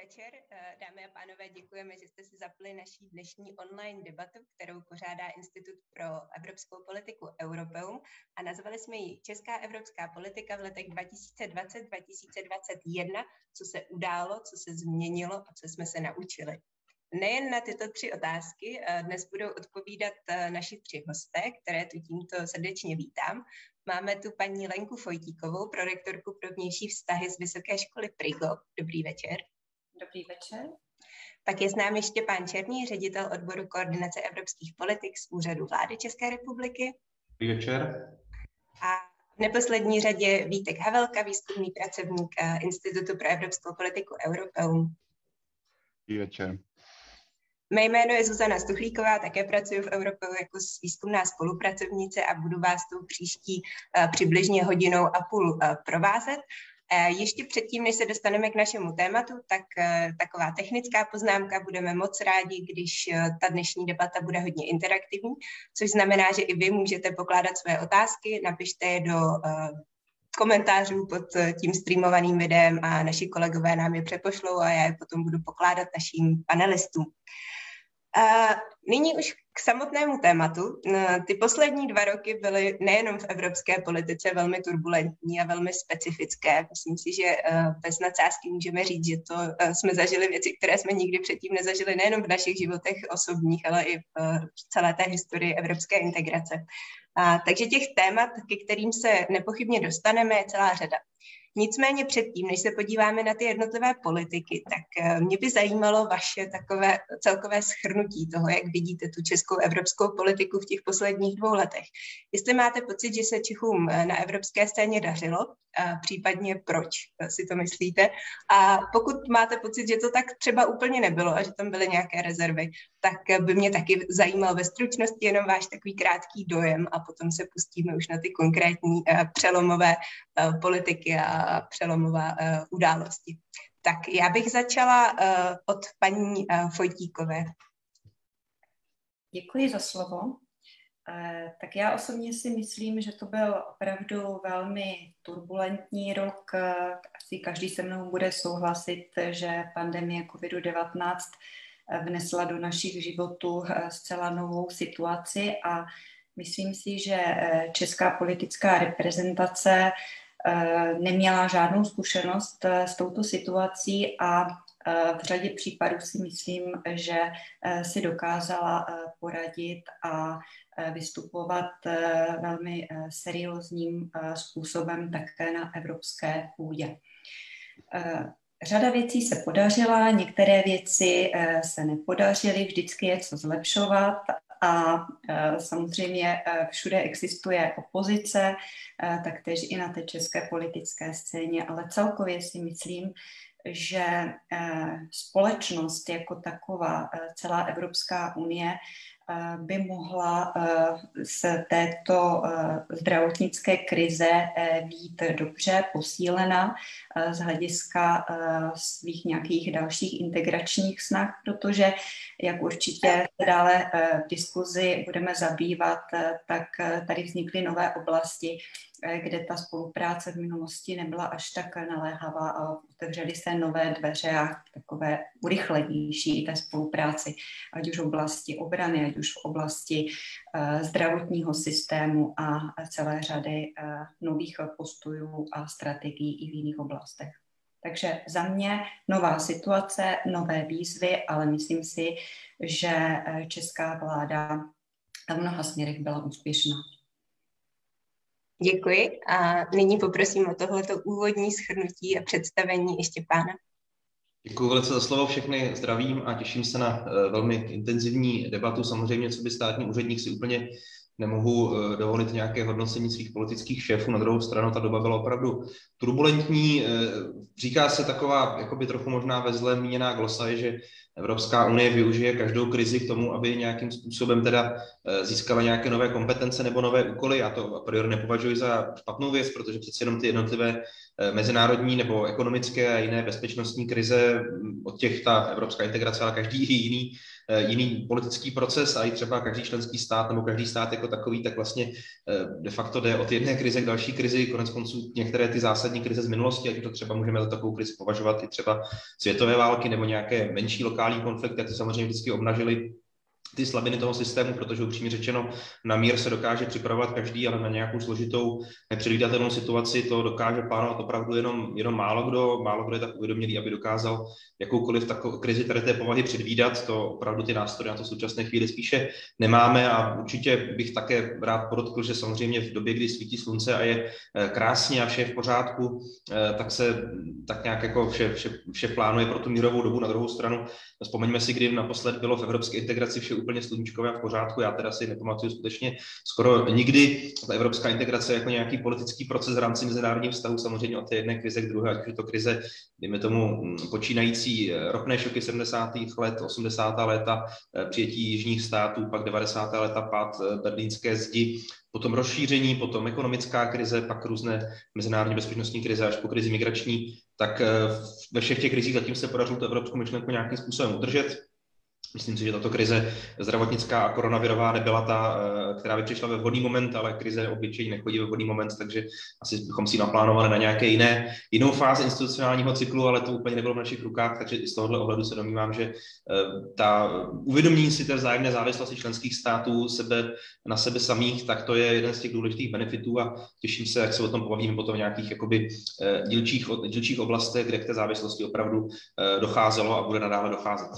večer. Dámy a pánové, děkujeme, že jste si zapli naší dnešní online debatu, kterou pořádá Institut pro evropskou politiku Europeum a nazvali jsme ji Česká evropská politika v letech 2020-2021, co se událo, co se změnilo a co jsme se naučili. Nejen na tyto tři otázky dnes budou odpovídat naši tři hosté, které tu tímto srdečně vítám. Máme tu paní Lenku Fojtíkovou, prorektorku pro vnější vztahy z Vysoké školy PRIGO. Dobrý večer. Dobrý večer. Pak je s námi Štěpán Černý, ředitel odboru koordinace evropských politik z Úřadu vlády České republiky. Dobrý večer. A v neposlední řadě Vítek Havelka, výzkumný pracovník Institutu pro evropskou politiku Europeum. Dobrý večer. Mé jméno je Zuzana Stuchlíková, také pracuji v Europeu jako výzkumná spolupracovnice a budu vás tu příští přibližně hodinou a půl provázet. Ještě předtím, než se dostaneme k našemu tématu, tak taková technická poznámka. Budeme moc rádi, když ta dnešní debata bude hodně interaktivní, což znamená, že i vy můžete pokládat své otázky, napište je do komentářů pod tím streamovaným videem a naši kolegové nám je přepošlou a já je potom budu pokládat našim panelistům. Nyní už k samotnému tématu. Ty poslední 2 roky byly nejenom v evropské politice velmi turbulentní a velmi specifické. Myslím si, že bez nadsázky můžeme říct, že to jsme zažili věci, které jsme nikdy předtím nezažili nejenom v našich životech osobních, ale i v celé té historii evropské integrace. Takže těch témat, ke kterým se nepochybně dostaneme, je celá řada. Nicméně předtím, než se podíváme na ty jednotlivé politiky, tak mě by zajímalo vaše takové celkové shrnutí toho, jak vidíte tu českou evropskou politiku v těch posledních 2 letech. Jestli máte pocit, že se Čechům na evropské scéně dařilo, případně proč si to myslíte, a pokud máte pocit, že to tak třeba úplně nebylo a že tam byly nějaké rezervy, tak by mě taky zajímal ve stručnosti jenom váš takový krátký dojem a potom se pustíme už na ty konkrétní přelomové politiky a přelomové události. Tak já bych začala od paní Fojtíkové. Děkuji za slovo. Tak já osobně si myslím, že to byl opravdu velmi turbulentní rok. Asi každý se mnou bude souhlasit, že pandemie COVID-19 vnesla do našich životů zcela novou situaci a myslím si, že česká politická reprezentace neměla žádnou zkušenost s touto situací a v řadě případů si myslím, že si dokázala poradit a vystupovat velmi seriózním způsobem také na evropské půdě. Řada věcí se podařila, některé věci se nepodařily, vždycky je co zlepšovat a samozřejmě všude existuje opozice, taktéž i na té české politické scéně, ale celkově si myslím, že společnost jako taková, celá Evropská unie, by mohla z této zdravotnické krize být dobře posílena z hlediska svých nějakých dalších integračních snah, protože, jak určitě dále v diskuzi budeme zabývat, tak tady vznikly nové oblasti, kde ta spolupráce v minulosti nebyla až tak naléhavá a otevřely se nové dveře a takové urychlenější té spolupráci, ať už v oblasti obrany, ať už v oblasti zdravotního systému a celé řady nových postojů a strategií i v jiných oblastech. Takže za mě nová situace, nové výzvy, ale myslím si, že česká vláda v mnoha směrech byla úspěšná. Děkuji a nyní poprosím o tohleto úvodní shrnutí a představení ještě Štěpána. Děkuji velice za slovo, všechny zdravím a těším se na velmi intenzivní debatu. Samozřejmě, co by státní úředník si úplně nemohu dovolit nějaké hodnocení svých politických šéfů. Na druhou stranu ta doba byla opravdu turbulentní. Říká se taková, jakoby trochu možná ve zlém míněná glosa, je, že Evropská unie využije každou krizi k tomu, aby nějakým způsobem teda získala nějaké nové kompetence nebo nové úkoly. Já to a priori nepovažuji za špatnou věc, protože přece jenom ty jednotlivé mezinárodní nebo ekonomické a jiné bezpečnostní krize, od těch ta evropská integrace, ale každý jiný jiný politický proces a i třeba každý členský stát nebo každý stát jako takový, tak vlastně de facto jde od jedné krize k další krizi. Konec konců některé ty zásadní krize z minulosti, ať to třeba můžeme za takovou krizi považovat i třeba světové války nebo nějaké menší lokální konflikty, ty samozřejmě vždycky obnažily ty slabiny toho systému, protože upřímně řečeno na mír se dokáže připravovat každý, ale na nějakou složitou, nepředvídatelnou situaci to dokáže plánovat opravdu jenom málo kdo je tak uvědomělý, aby dokázal jakoukoliv takovou krizi tady té povahy předvídat. To opravdu ty nástroje na to v současné chvíli spíše nemáme a určitě bych také rád podotkl, že samozřejmě v době, kdy svítí slunce a je krásně a vše je v pořádku, tak se tak nějak jako vše plánuje pro tu mírovou dobu. Na druhou stranu vzpomeňme si, kdy naposled bylo v evropské integraci vše úplně sluníčkové a v pořádku. Já teda si nepamatuju skutečně skoro nikdy ta evropská integrace jako nějaký politický proces v rámci mezinárodních vztahů, samozřejmě od té jedné krize k druhé, ať už je to krize, dejme tomu počínající ropné šoky 70. let, 80. léta, přijetí jižních států, pak 90. léta pád berlínské zdi, potom rozšíření, potom ekonomická krize, pak různé mezinárodní bezpečnostní krize až po krizi migrační, tak ve všech těch krizích zatím se podařilo tu evropskou myšlenku nějakým způsobem udržet. Myslím si, že tato krize zdravotnická a koronavirová nebyla ta, která by přišla ve vhodný moment, ale krize obyčejně nechodí ve vhodný moment, takže asi bychom si naplánovali na nějaké jinou fázi institucionálního cyklu, ale to úplně nebylo v našich rukách, takže i z tohohle ohledu se domnívám, že ta uvědomění si té vzájemné závislosti členských států na sebe samých, tak to je jeden z těch důležitých benefitů a těším se, jak se o tom pobavíme potom v nějakých jakoby dílčích oblastech, kde k té závislosti opravdu docházelo a bude nadále docházet.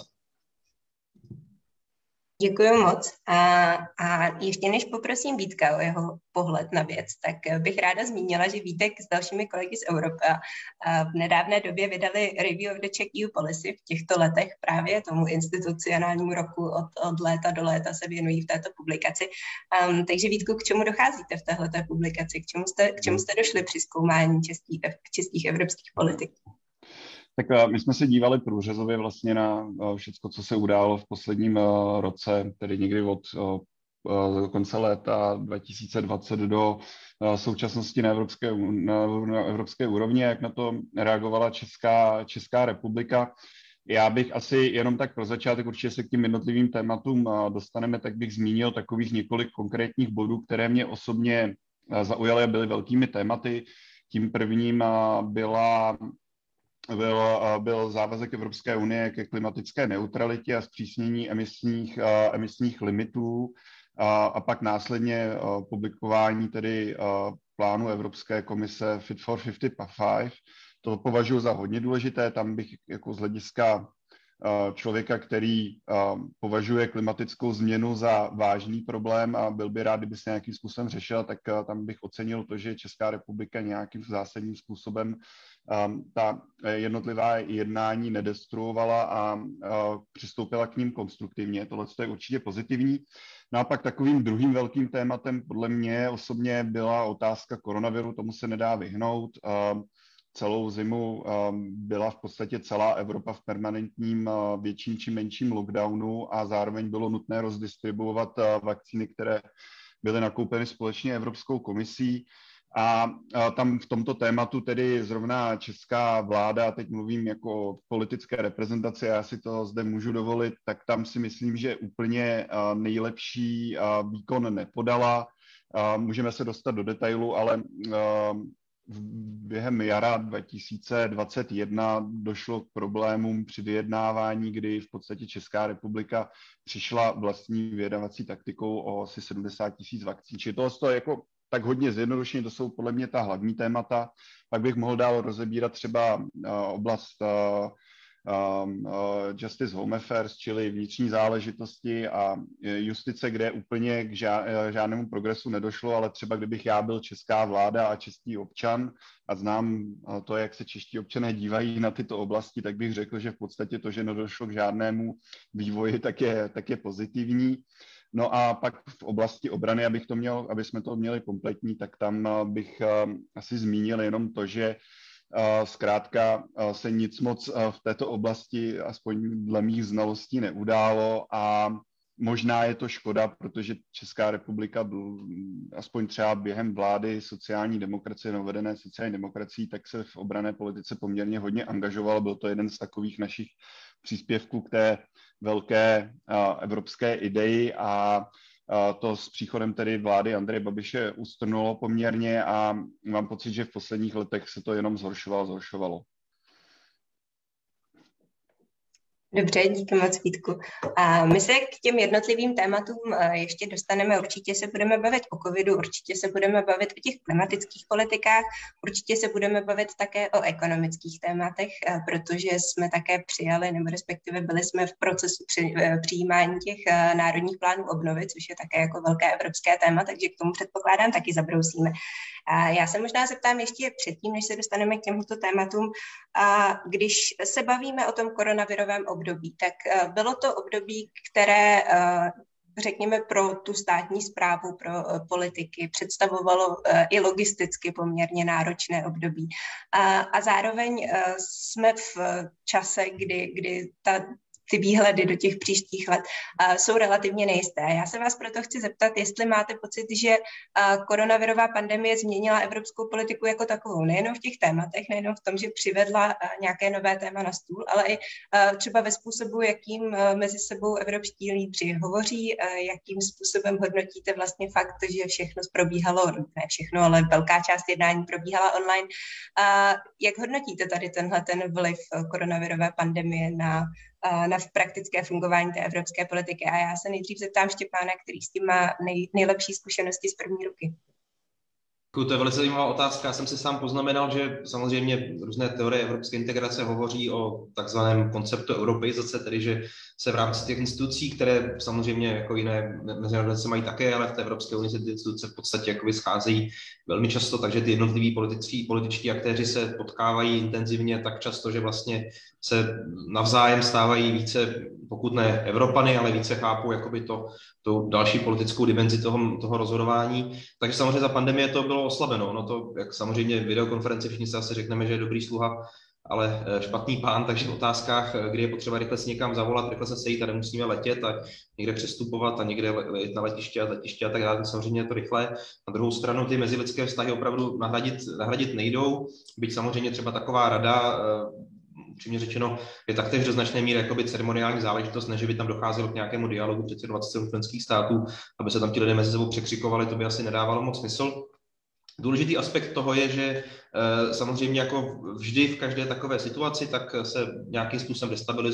Děkuji moc. A ještě než poprosím Vítka o jeho pohled na věc, tak bych ráda zmínila, že Vítek s dalšími kolegy z Evropy v nedávné době vydali Review of the Czech EU Policy. V těchto letech právě tomu institucionálnímu roku od léta do léta se věnují v této publikaci. Takže Vítku, k čemu docházíte v téhleté publikaci? K čemu jste došli při zkoumání českých evropských politik? Tak my jsme se dívali průřezově vlastně na všechno, co se událo v posledním roce, tedy někdy od konce léta 2020 do současnosti na evropské úrovni, jak na to reagovala Česká republika. Já bych asi jenom tak pro začátek, určitě se k těm jednotlivým tématům dostaneme, tak bych zmínil takových několik konkrétních bodů, které mě osobně zaujaly a byly velkými tématy. Tím prvním byl závazek Evropské unie ke klimatické neutralitě a zpřísnění emisních limitů a pak následně publikování tedy plánu Evropské komise Fit for 55. To považuji za hodně důležité, tam bych jako z hlediska člověka, který považuje klimatickou změnu za vážný problém a byl by rád, kdyby se nějakým způsobem řešil, tak tam bych ocenil to, že Česká republika nějakým zásadním způsobem ta jednotlivá jednání nedestruovala a přistoupila k ním konstruktivně. Tohle je určitě pozitivní. No a pak takovým druhým velkým tématem podle mě osobně byla otázka koronaviru, tomu se nedá vyhnout. Celou zimu byla v podstatě celá Evropa v permanentním větším či menším lockdownu a zároveň bylo nutné rozdistribuovat vakcíny, které byly nakoupeny společně Evropskou komisí. A tam v tomto tématu tedy zrovna česká vláda, teď mluvím jako o politické reprezentaci, já si to zde můžu dovolit, tak tam si myslím, že úplně nejlepší výkon nepodala. Můžeme se dostat do detailu, ale během jara 2021 došlo k problémům při vyjednávání, kdy v podstatě Česká republika přišla vlastní vyjednávací taktikou o asi 70 000 vakcín. Čili tohle jako tak hodně zjednodušeně, to jsou podle mě ta hlavní témata. Pak bych mohl dál rozebírat třeba oblast Justice Home Affairs, čili vnitřní záležitosti a justice, kde úplně k žádnému progresu nedošlo, ale třeba kdybych já byl česká vláda a český občan a znám to, jak se čeští občané dívají na tyto oblasti, tak bych řekl, že v podstatě to, že nedošlo k žádnému vývoji, tak je pozitivní. No a pak v oblasti obrany, aby jsme to měli kompletní, tak tam bych asi zmínil jenom to, že zkrátka se nic moc v této oblasti, aspoň dle mých znalostí, neudálo a Možná je to škoda, protože Česká republika byl, aspoň třeba během vlády sociální demokracie, vedené sociální demokracií, tak se v obranné politice poměrně hodně angažoval. Byl to jeden z takových našich příspěvků k té velké evropské ideji a to s příchodem tedy vlády Andreje Babiše ustrnulo poměrně a mám pocit, že v posledních letech se to jenom zhoršovalo. Dobře, díky moc, Vítku. A my se k těm jednotlivým tématům ještě dostaneme. Určitě se budeme bavit o covidu, určitě se budeme bavit o těch klimatických politikách, určitě se budeme bavit také o ekonomických tématech, protože jsme také přijali, nebo respektive byli jsme v procesu přijímání těch národních plánů obnovy, což je také jako velké evropské téma, takže k tomu předpokládám taky zabrousíme. A já se možná zeptám ještě předtím, než se dostaneme k těmto tématům, když se bavíme o tom koronavirovém období, tak bylo to období, které, řekněme, pro tu státní správu, pro politiky představovalo i logisticky poměrně náročné období. A zároveň jsme v čase, kdy ty výhledy do těch příštích let jsou relativně nejisté. Já se vás proto chci zeptat, jestli máte pocit, že koronavirová pandemie změnila evropskou politiku jako takovou, nejenom v těch tématech, nejenom v tom, že přivedla nějaké nové téma na stůl, ale i třeba ve způsobu, jakým mezi sebou evropští lídři hovoří, jakým způsobem hodnotíte vlastně fakt, že všechno probíhalo, ne všechno, ale velká část jednání probíhala online. Jak hodnotíte tady ten vliv koronavirové pandemie na praktické fungování té evropské politiky? A já se nejdřív zeptám Štěpána, který s tím má nejlepší zkušenosti z první ruky. To je velice zajímavá otázka. Já jsem si sám poznamenal, že samozřejmě různé teorie evropské integrace hovoří o takzvaném konceptu europeizace, tedy že se v rámci těch institucí, které samozřejmě jako jiné mezinárodní mají také, ale v té Evropské unii se ty instituce v podstatě jakoby scházejí velmi často, takže ty jednotliví političtí aktéři se potkávají intenzivně tak často, že vlastně se navzájem stávají více, pokud ne Evropany, ale více chápou jakoby tu další politickou dimenzi toho rozhodování. Takže samozřejmě za pandemie to bylo oslabeno. No to, jak samozřejmě videokonferenci, všichni se asi řekneme, že je dobrý sluha, ale špatný pán, takže v otázkách, kdy je potřeba rychle si někam zavolat, rychle se sejít a nemusíme letět a někde přestupovat a někde jít na letiště a tak dále, samozřejmě je to rychle. Na druhou stranu ty mezilidské vztahy opravdu nahradit nejdou, byť samozřejmě třeba taková rada, upřímně řečeno, je taktéž do značné míry jakoby ceremoniální záležitost, než by tam docházelo k nějakému dialogu přece 27 členských států, aby se tam ti lidé mezi sebou překřikovali, to by asi nedávalo moc smysl. Důležitý aspekt toho je, že samozřejmě jako vždy v každé takové situaci, tak se nějakým způsobem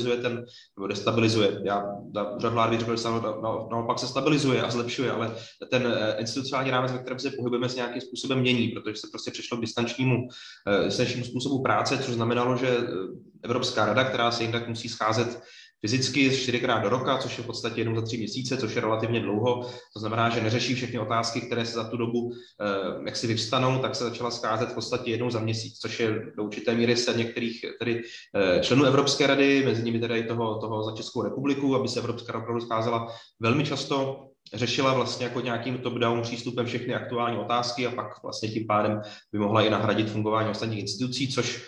destabilizuje. Úřad vlády řekl, že se naopak se stabilizuje a zlepšuje, ale ten institucionální rámec, ve kterém se pohybujeme, se nějakým způsobem mění, protože se prostě přešlo k distančnímu způsobu práce, což znamenalo, že Evropská rada, která se jinak musí scházet fyzicky 4krát do roka, což je v podstatě jenom za 3 měsíce, což je relativně dlouho. To znamená, že neřeší všechny otázky, které se za tu dobu jaksi vyvstanou, tak se začala scházet v podstatě jednou za měsíc, což je do určité míry se některých tedy členů Evropské rady, mezi nimi tedy i toho za Českou republiku, aby se Evropská rada opravdu scházela velmi často, řešila vlastně jako nějakým top-down přístupem všechny aktuální otázky a pak vlastně tím pádem by mohla i nahradit fungování ostatních institucí, což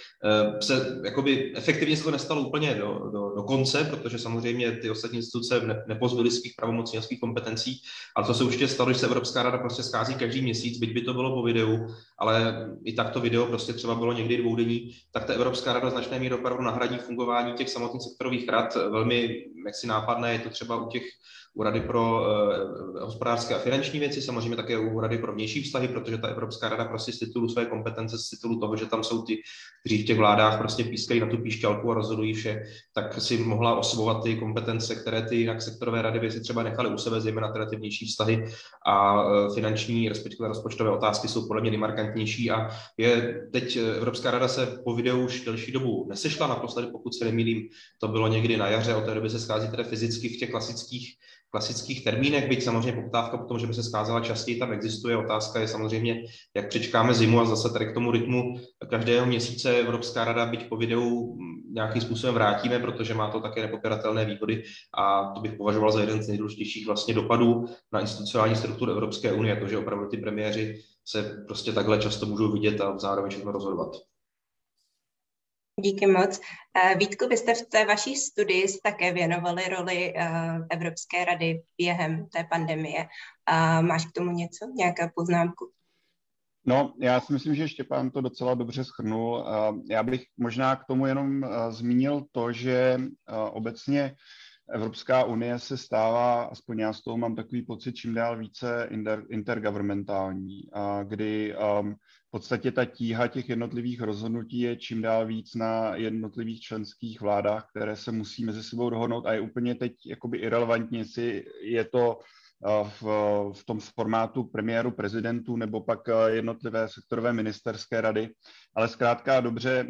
se jakoby efektivně se to nestalo úplně do konce, protože samozřejmě ty ostatní instituce nepozbyly svých pravomocí a svých kompetencí, ale to se určitě stalo, že se Evropská rada prostě schází každý měsíc, byť by to bylo po videu, ale i tak to video prostě třeba bylo někdy dvoudenní, tak ta Evropská rada značné míry opravdu nahradí fungování těch samotných sektorových rad. Velmi jaksi nápadné je to třeba u Rady pro hospodářské a finanční věci, samozřejmě také u Rady pro vnější vztahy, protože ta Evropská rada prostě z titulu své kompetence, z titulu toho, že tam jsou ty, kteří v těch vládách prostě pískají na tu píšťalku a rozhodují vše, tak si mohla osvobovat ty kompetence, které ty jinak sektorové rady by si třeba nechaly u sebe, zejména teda ty vnější vztahy a finanční, respektive rozpočtové otázky jsou podle mě nejmarkantnější a teď Evropská rada se po videu už delší dobu nesešla, naposledy, pokud se nemýlím, to bylo někdy na jaře, od té doby se schází tedy fyzicky v těch klasických termínech, byť samozřejmě poptávka po tom, že by se scházela častěji, tam existuje. Otázka je samozřejmě, jak přečkáme zimu a zase tady k tomu rytmu každého měsíce Evropská rada, byť po videu nějakým způsobem vrátíme, protože má to také nepopiratelné výhody a to bych považoval za jeden z nejdůležitějších vlastně dopadů na institucionální strukturu Evropské unie, to, že opravdu ty premiéři se prostě takhle často můžou vidět a zároveň všechno rozhodovat. Díky moc. Vítku, vy jste v té vaší studii také věnovali roli Evropské rady během té pandemie. Máš k tomu něco, nějaká poznámku? No, já si myslím, že Štěpán to docela dobře shrnul. Já bych možná k tomu jenom zmínil to, že obecně Evropská unie se stává, aspoň já z toho mám takový pocit, čím dál více intergovernmentální, kdy v podstatě ta tíha těch jednotlivých rozhodnutí je čím dál víc na jednotlivých členských vládách, které se musí mezi sebou dohodnout a je úplně teď jakoby irelevantní, jestli je to v tom formátu premiéru, prezidentů nebo pak jednotlivé sektorové ministerské rady, ale zkrátka dobře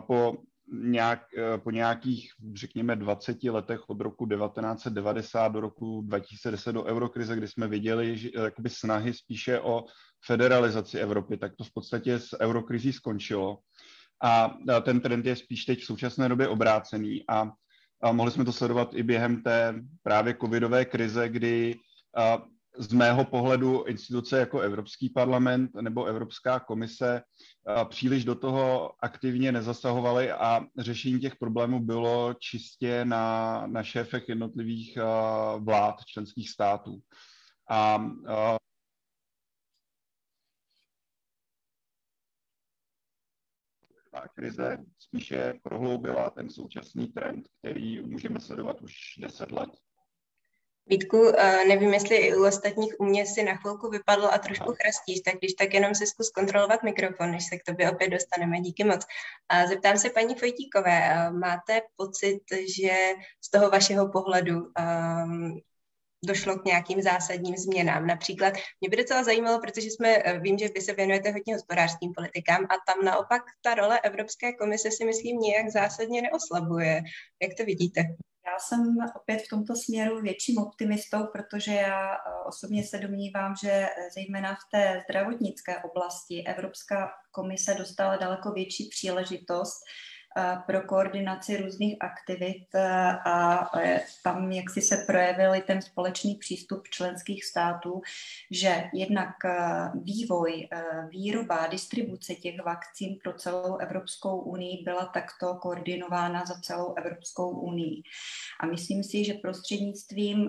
po nějakých, řekněme, 20 letech od roku 1990 do roku 2010 do eurokrize, kdy jsme viděli že, jakoby snahy spíše o federalizaci Evropy, tak to v podstatě s eurokrizí skončilo. A ten trend je spíš teď v současné době obrácený a mohli jsme to sledovat i během té právě covidové krize, kdy z mého pohledu instituce jako Evropský parlament nebo Evropská komise příliš do toho aktivně nezasahovaly a řešení těch problémů bylo čistě na šéfech jednotlivých vlád členských států. A ta krize spíše prohloubila ten současný trend, který můžeme sledovat už 10 let. Vítku, nevím, jestli i u ostatních u mě si na chvilku vypadl a trošku chrastíš, tak když tak jenom si zkus kontrolovat mikrofon, než se k tobě opět dostaneme. Díky moc. Zeptám se paní Fojtíkové, máte pocit, že z toho vašeho pohledu došlo k nějakým zásadním změnám? Například mě by docela zajímalo, protože vím, že vy se věnujete hodně hospodářským politikám a tam naopak ta role Evropské komise si myslím nějak zásadně neoslabuje. Jak to vidíte? Já jsem opět v tomto směru větším optimistou, protože já osobně se domnívám, že zejména v té zdravotnické oblasti Evropská komise dostala daleko větší příležitost pro koordinaci různých aktivit a tam jak si se projevil i ten společný přístup členských států, že jednak vývoj, výroba, distribuce těch vakcín pro celou Evropskou unii byla takto koordinována za celou Evropskou unii. A myslím si, že prostřednictvím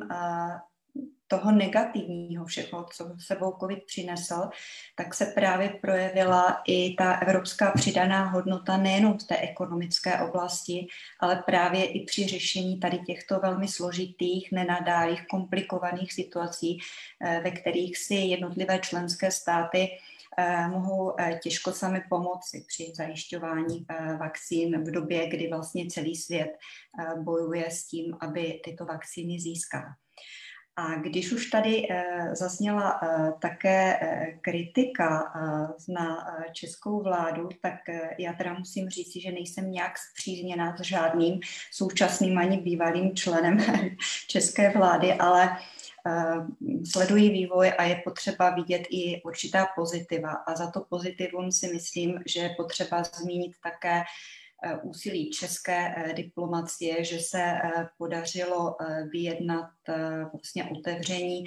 toho negativního všeho, co sebou COVID přinesl, tak se právě projevila i ta evropská přidaná hodnota nejenom v té ekonomické oblasti, ale právě i při řešení tady těchto velmi složitých, nenadálých, komplikovaných situací, ve kterých si jednotlivé členské státy mohou těžko sami pomoci při zajišťování vakcín v době, kdy vlastně celý svět bojuje s tím, aby tyto vakcíny získal. A když už tady zazněla také kritika na českou vládu, tak já teda musím říct, že nejsem nějak spřízněná s žádným současným ani bývalým členem české vlády, ale sledují vývoj a je potřeba vidět i určitá pozitiva. A za to pozitivum si myslím, že je potřeba zmínit také úsilí české diplomacie, že se podařilo vyjednat vlastně otevření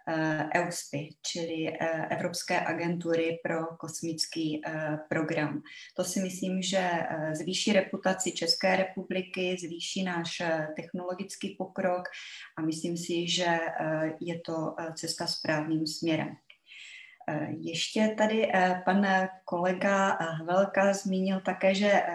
EUSPI, čili Evropské agentury pro kosmický program. To si myslím, že zvýší reputaci České republiky, zvýší náš technologický pokrok a myslím si, že je to cesta správným směrem. Ještě tady pan kolega Havelka zmínil také, že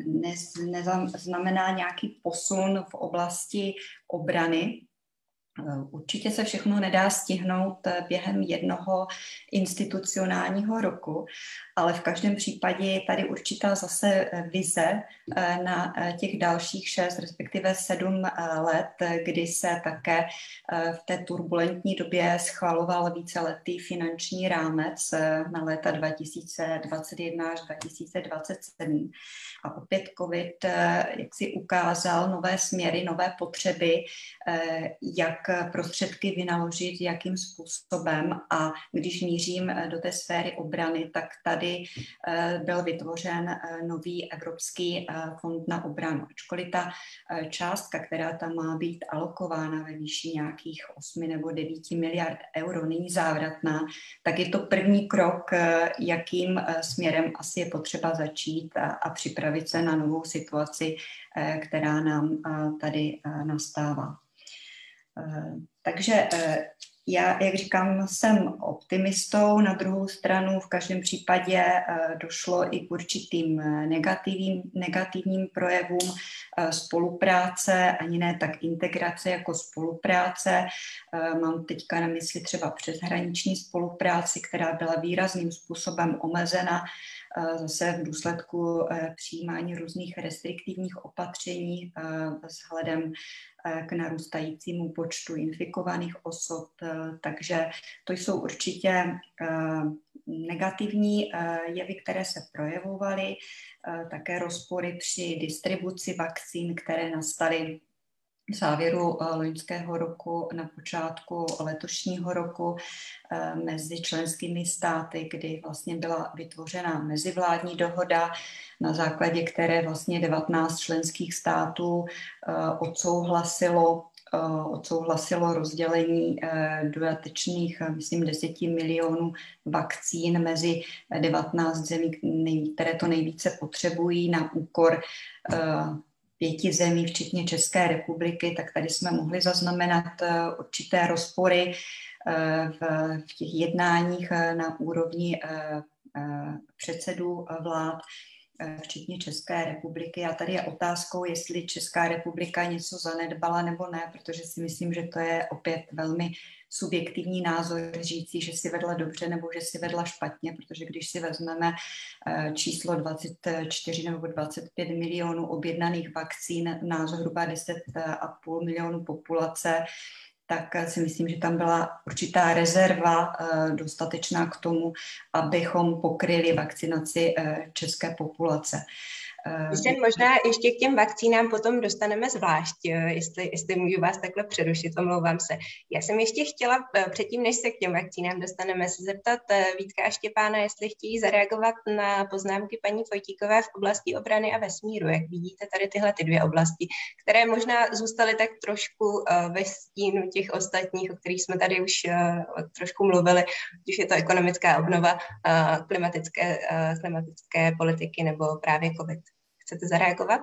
neznamená nějaký posun v oblasti obrany. Určitě se všechno nedá stihnout během jednoho institucionálního roku, ale v každém případě je tady určitá zase vize na těch dalších 6, respektive 7 let, kdy se také v té turbulentní době schvaloval víceletý finanční rámec na léta 2021 až 2027. A opět COVID jak si ukázal nové směry, nové potřeby, jak jak prostředky vynaložit, jakým způsobem. A když mířím do té sféry obrany, tak tady byl vytvořen nový Evropský fond na obranu. Ačkoliv ta částka, která tam má být alokována ve výši nějakých 8 nebo 9 miliard euro, není závratná, tak je to první krok, jakým směrem asi je potřeba začít a připravit se na novou situaci, která nám tady nastává. Takže já, jak říkám, jsem optimistou, na druhou stranu v každém případě došlo i k určitým negativním projevům spolupráce, ani ne tak integrace jako spolupráce. Mám teďka na mysli třeba přeshraniční spolupráci, která byla výrazným způsobem omezena zase v důsledku přijímání různých restriktivních opatření vzhledem k narůstajícímu počtu infikovaných osob. Takže to jsou určitě negativní jevy, které se projevovaly, také rozpory při distribuci vakcín, které nastaly v závěru loňského roku, na počátku letošního roku mezi členskými státy, kdy vlastně byla vytvořena mezivládní dohoda, na základě které vlastně 19 členských států odsouhlasilo rozdělení dodatečných, myslím, 10 milionů vakcín mezi 19 zemí, které to nejvíce potřebují, na úkor 5 zemí, včetně České republiky, tak tady jsme mohli zaznamenat určité rozpory v těch jednáních na úrovni předsedů vlád, včetně České republiky. A tady je otázkou, jestli Česká republika něco zanedbala nebo ne, protože si myslím, že to je opět velmi subjektivní názor říci, že si vedla dobře nebo že si vedla špatně, protože když si vezmeme číslo 24 nebo 25 milionů objednaných vakcín na zhruba 10,5 milionů populace, tak si myslím, že tam byla určitá rezerva dostatečná k tomu, abychom pokryli vakcinaci české populace. My se možná ještě k těm vakcínám potom dostaneme zvlášť, jestli můžu vás takhle přerušit, omlouvám se. Já jsem ještě chtěla, předtím než se k těm vakcínám dostaneme, se zeptat Vítka a Štěpána, jestli chtějí zareagovat na poznámky paní Fojtíkové v oblasti obrany a vesmíru. Jak vidíte tady tyhle ty dvě oblasti, které možná zůstaly tak trošku ve stínu těch ostatních, o kterých jsme tady už trošku mluvili, když je to ekonomická obnova, klimatické politiky nebo právě COVID. Chcete zareagovat?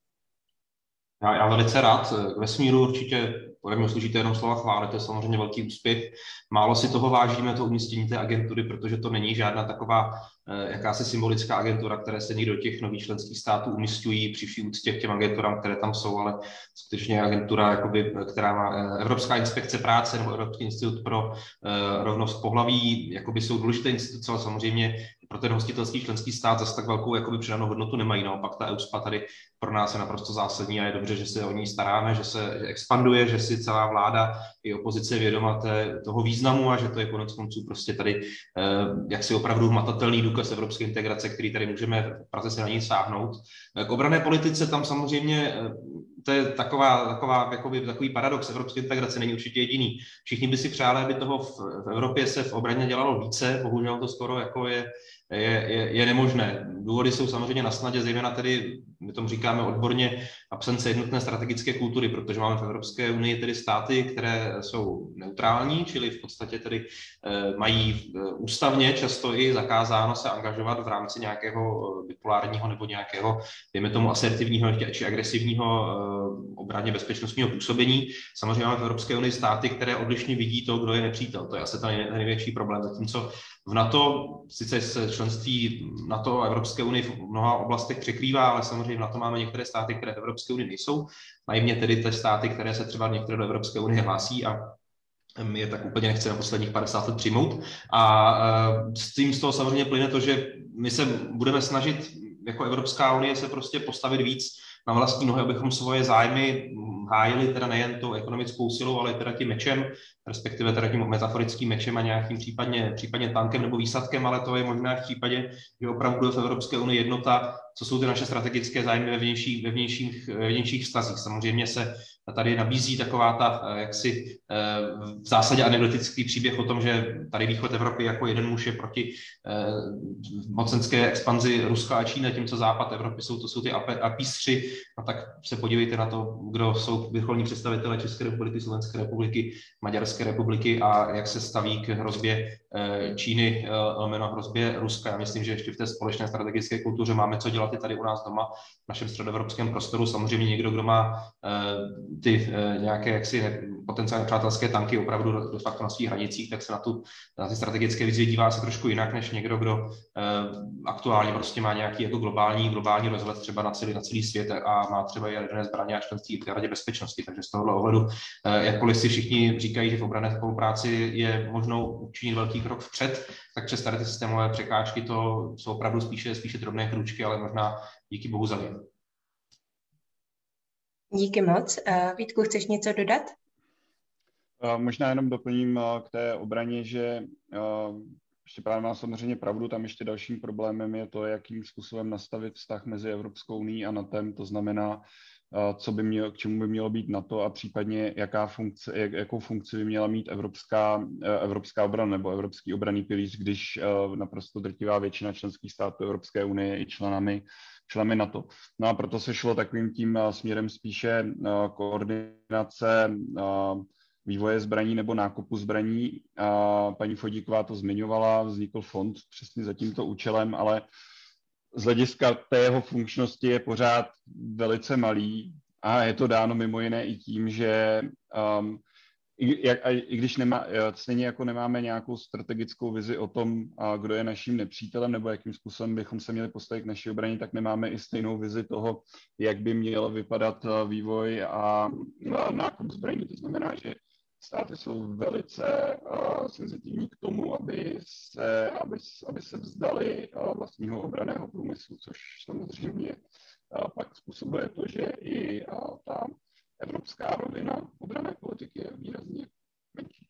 Já velice rád. K vesmíru určitě ode mě slyšíte jenom slova chvály, to je samozřejmě velký úspěch. Málo si toho vážíme, to umístění té agentury, protože to není žádná taková jakási symbolická agentura, které se někdo těch nových členských států umísťují při vší úctě k těm agenturám, které tam jsou, ale skutečně agentura, jakoby, která má Evropská inspekce práce nebo Evropský institut pro rovnost pohlaví, jakoby jsou důležité instituce, ale samozřejmě pro ten hostitelský členský stát zase tak velkou jakoby přidanou hodnotu nemají. Naopak ta EUSPA tady pro nás je naprosto zásadní a je dobře, že se o ní staráme, že se expanduje, že si celá vláda i opozice vědoma toho významu a že to je konec konců prostě tady jaksi opravdu hmatatelný důkaz evropské integrace, který tady můžeme v Praze se na ní sáhnout. K obranné politice tam samozřejmě to je takový paradox evropské integrace, není určitě jediný. Všichni by si přáli, aby toho v Evropě se v obraně dělalo více, bohužel to skoro jako je nemožné. Důvody jsou samozřejmě na snadě, zejména tedy, my tomu říkáme odborně, absence jednotné strategické kultury, protože máme v Evropské unii tedy státy, které jsou neutrální, čili v podstatě tedy mají ústavně často i zakázáno se angažovat v rámci nějakého bipolárního nebo nějakého, dejme tomu, asertivního či agresivního obranně bezpečnostního působení. Samozřejmě máme v Evropské unii státy, které odlišně vidí to, kdo je nepřítel. To je asi ten největší problém, zatímco v NATO, sice se členství NATO a Evropské unie v mnoha oblastech překrývá, ale samozřejmě v NATO máme některé státy, které v Evropské unii nejsou. Naivně tedy ty státy, které se třeba některé do Evropské unie hlásí a my je tak úplně nechce na posledních 50 let přijmout. A s tím z toho samozřejmě plyne to, že my se budeme snažit jako Evropská unie se prostě postavit víc na vlastní nohy, abychom svoje zájmy hájili teda nejen tou ekonomickou silou, ale teda tím mečem, respektive teda tím metaforickým mečem a nějakým případně tankem nebo výsadkem, ale to je možná v případě, že opravdu je v Evropské unii jednota co jsou ty naše strategické zájmy ve vnějších vztazích. Samozřejmě se tady nabízí taková ta jaksi v zásadě anekdotický příběh o tom, že tady východ Evropy jako jeden muž je proti mocenské expanzi Ruska a Číny, tím, co západ Evropy to jsou ty apístři. A tak se podívejte na to, kdo jsou vrcholní představitelé České republiky, Slovenské republiky, Maďarské republiky a jak se staví k hrozbě Číny, lomeno hrozbě Ruska. Já myslím, že ještě v té společné strategické kultuře máme co dělat i tady u nás doma, v našem středoevropském prostoru. Samozřejmě někdo, kdo má ty nějaké jaksi potenciálně přátelské tanky opravdu de facto na svých hranicích, tak se na ty strategické výzvy dívá se trošku jinak, než někdo, kdo aktuálně prostě má nějaký jako globální rozhled třeba na celý svět a má třeba i jaderné zbraně a členství v Radě bezpečnosti. Takže z tohohle ohledu, jakkoliv si všichni říkají, že v obranné spolupráci je možno učinit velký krok vpřed, tak přes tady ty systémové překážky to jsou opravdu spíše drobné krůčky, ale možná díky bohu za ně. Díky moc. Vítku, chceš něco dodat? Možná jenom doplním k té obraně, že Štěpán má samozřejmě pravdu, tam ještě dalším problémem je to, jakým způsobem nastavit vztah mezi Evropskou unií a NATOem, to znamená, k čemu by mělo být NATO a případně jakou funkci by měla mít evropská obrana nebo evropský obranný pilíř, když naprosto drtivá většina členských států Evropské unie je i členami NATO. No a proto se šlo takovým tím směrem spíše koordinace vývoje zbraní nebo nákupu zbraní. Paní Fodíková to zmiňovala, vznikl fond přesně za tímto účelem, ale z hlediska té jeho funkčnosti je pořád velice malý a je to dáno mimo jiné i tím, že i když stejně jako nemáme nějakou strategickou vizi o tom, kdo je naším nepřítelem nebo jakým způsobem bychom se měli postavit k naší obraně, tak nemáme i stejnou vizi toho, jak by měl vypadat vývoj a nákup zbraní. To znamená, že státy jsou velice senzitivní k tomu, aby se vzdali vlastního obranného průmyslu, což samozřejmě pak způsobuje to, že i ta evropská rovina obranné politiky je výrazně menší.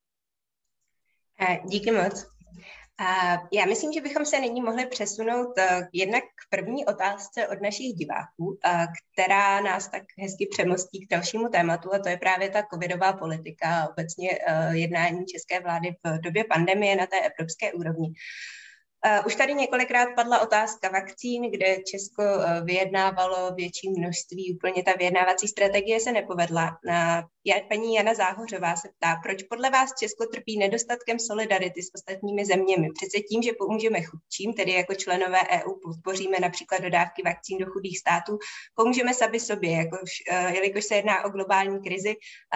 Díky moc. Já myslím, že bychom se nyní mohli přesunout jednak k první otázce od našich diváků, která nás tak hezky přemostí k dalšímu tématu, a to je právě ta covidová politika a obecně jednání české vlády v době pandemie na té evropské úrovni. Už tady několikrát padla otázka vakcín, kde Česko vyjednávalo větší množství, úplně ta vyjednávací strategie se nepovedla. Paní Jana Záhořová se ptá, proč podle vás Česko trpí nedostatkem solidarity s ostatními zeměmi? Přece tím, že pomůžeme chudším, tedy jako členové EU podpoříme například dodávky vakcín do chudých států, pomůžeme sami sobě, jelikož se jedná o globální krizi,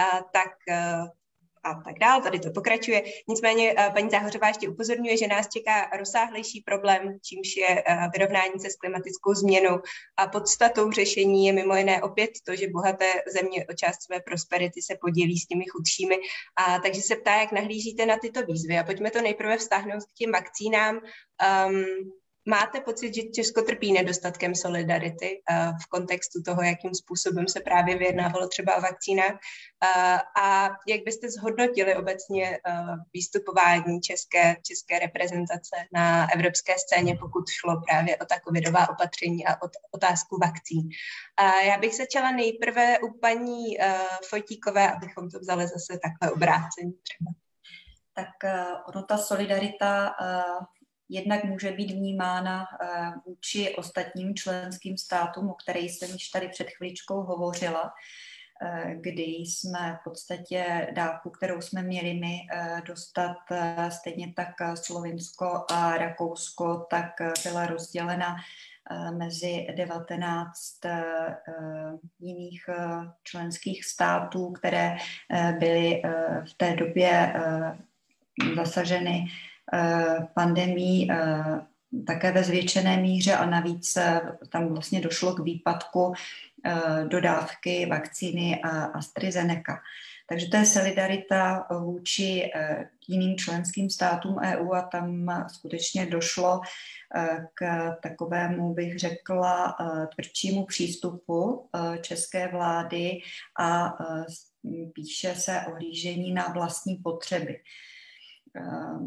a tak dál, tady to pokračuje. Nicméně paní Záhořová ještě upozorňuje, že nás čeká rozsáhlejší problém, čímž je vyrovnání se s klimatickou změnou. A podstatou řešení je mimo jiné opět to, že bohaté země o část své prosperity se podělí s těmi chudšími. Takže se ptá, jak nahlížíte na tyto výzvy. A pojďme to nejprve vztáhnout k těm vakcínám. Máte pocit, že Česko trpí nedostatkem solidarity v kontextu toho, jakým způsobem se právě vyjednávalo třeba o vakcínách? A jak byste zhodnotili obecně výstupování české reprezentace na evropské scéně, pokud šlo právě o ta covidová opatření a o otázku vakcín? Já bych začala nejprve u paní Fojtíkové, abychom to vzali zase takhle obrácení třeba. Tak ono ta solidarita jednak může být vnímána vůči ostatním členským státům, o kterých jsem již tady před chvíličkou hovořila, kdy jsme v podstatě dávku, kterou jsme měli my dostat, stejně tak Slovinsko a Rakousko, tak byla rozdělena mezi 19 jiných členských států, které byly v té době zasaženy pandemií také ve zvětšené míře a navíc tam vlastně došlo k výpadku dodávky vakcíny AstraZeneca. Takže to je solidarita vůči jiným členským státům EU a tam skutečně došlo k takovému, bych řekla, tvrdšímu přístupu české vlády a spíše se ohlížení na vlastní potřeby.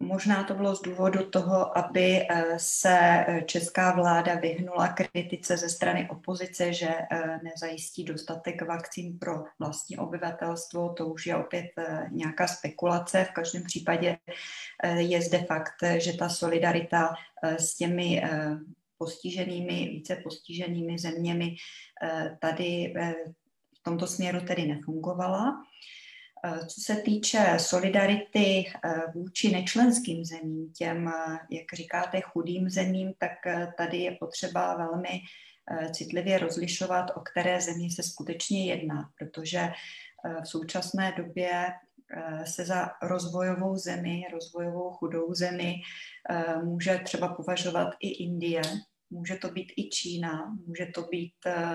Možná to bylo z důvodu toho, aby se česká vláda vyhnula kritice ze strany opozice, že nezajistí dostatek vakcín pro vlastní obyvatelstvo. To už je opět nějaká spekulace. V každém případě je zde fakt, že ta solidarita s těmi více postiženými zeměmi tady v tomto směru tedy nefungovala. Co se týče solidarity vůči nečlenským zemím, těm, jak říkáte, chudým zemím, tak tady je potřeba velmi citlivě rozlišovat, o které země se skutečně jedná, protože v současné době se za rozvojovou zemi, rozvojovou chudou zemi může třeba považovat i Indie, může to být i Čína, může to být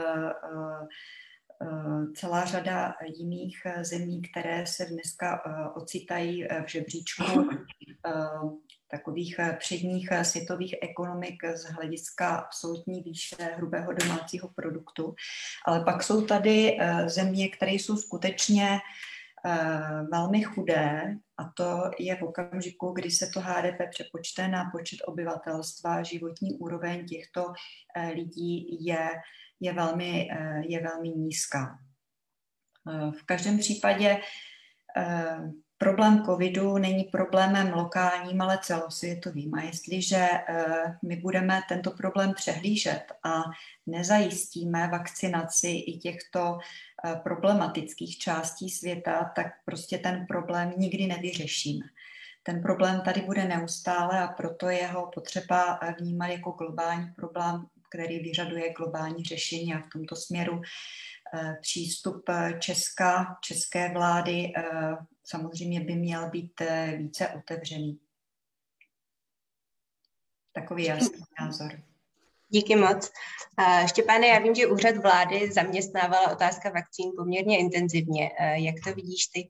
celá řada jiných zemí, které se dneska ocitají v žebříčku takových předních světových ekonomik z hlediska absolutní výše hrubého domácího produktu. Ale pak jsou tady země, které jsou skutečně velmi chudé, a to je v okamžiku, kdy se to HDP přepočte na počet obyvatelstva, životní úroveň těchto lidí je velmi nízká. V každém případě problém covidu není problémem lokálním, ale celosvětovým. A jestliže my budeme tento problém přehlížet a nezajistíme vakcinaci i těchto problematických částí světa, tak prostě ten problém nikdy nevyřešíme. Ten problém tady bude neustále a proto je ho potřeba vnímat jako globální problém, který vyžaduje globální řešení, a v tomto směru přístup české vlády samozřejmě by měl být více otevřený. Takový jasný názor. Díky moc. Štěpáne, já vím, že úřad vlády zaměstnávala otázka vakcín poměrně intenzivně. Jak to vidíš ty?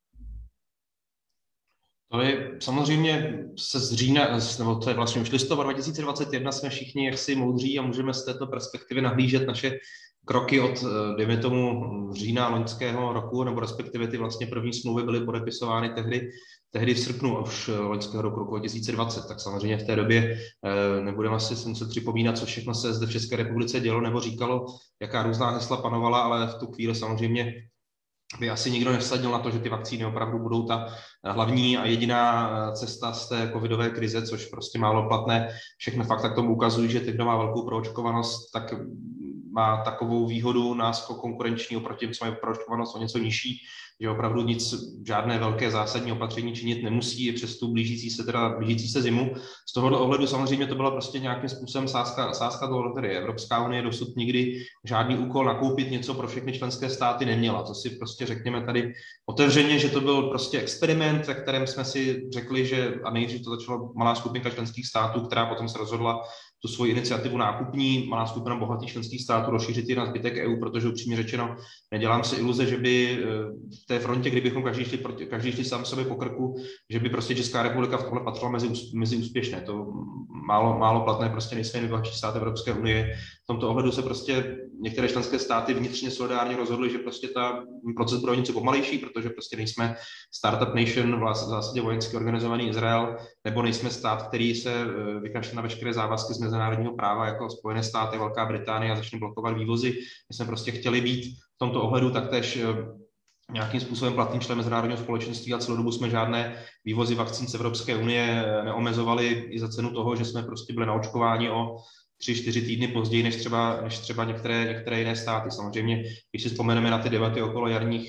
To je samozřejmě z října, nebo to je vlastně už listopad 2021, jsme všichni jaksi moudří a můžeme z této perspektivy nahlížet naše kroky od, dejme tomu, října loňského roku, nebo respektive ty vlastně první smlouvy byly podepisovány tehdy v srpnu už loňského roku 2020, tak samozřejmě v té době nebudeme asi se muset připomínat, co všechno se zde v České republice dělo nebo říkalo, jaká různá hesla panovala, ale v tu chvíli samozřejmě by asi nikdo nevsadil na to, že ty vakcíny opravdu budou ta hlavní a jediná cesta z té covidové krize, což prostě málo platné. Všechny fakta k tomu ukazují, že teď, kdo má velkou proočkovanost, tak má takovou výhodu náskok konkurenční oproti těm, co mají proočkovanost o něco nižší, že opravdu žádné velké zásadní opatření činit nemusí i přes tu blížící se zimu. Z tohoto ohledu samozřejmě to byla prostě nějakým způsobem sázka do loterie. Evropská unie dosud nikdy žádný úkol nakoupit něco pro všechny členské státy neměla. To si prostě řekněme tady otevřeně, že to byl prostě experiment, ve kterém jsme si řekli, že a nejdřív to začalo malá skupinka členských států, která potom se rozhodla tu svoji iniciativu nákupní, malá skupina bohatých členských států rozšířit i na zbytek EU, protože upřímně řečeno nedělám si iluze, že by v té frontě, kdybychom každý šli sám sobě po krku, že by prostě Česká republika v tomhle patřila mezi úspěšné. To málo platné, prostě nejsme nejbohatší stát Evropské unie. V tomto ohledu se prostě některé členské státy vnitřně solidárně rozhodly, že prostě ta proces bude něco pomalejší, protože prostě nejsme startup nation, v zásadě vojensky organizovaný Izrael, nebo nejsme stát, který se vykašle na veškeré závazky z mezinárodního práva, jako Spojené státy, Velká Británie, a začne blokovat vývozy. My jsme prostě chtěli být v tomto ohledu taktéž nějakým způsobem platným členem mezinárodního společenství a celou dobu jsme žádné vývozy vakcín z Evropské unie neomezovali i za cenu toho, že jsme prostě byli naočkováni o 3-4 týdny později než třeba některé jiné státy. Samozřejmě, když si vzpomeneme na ty debaty okolo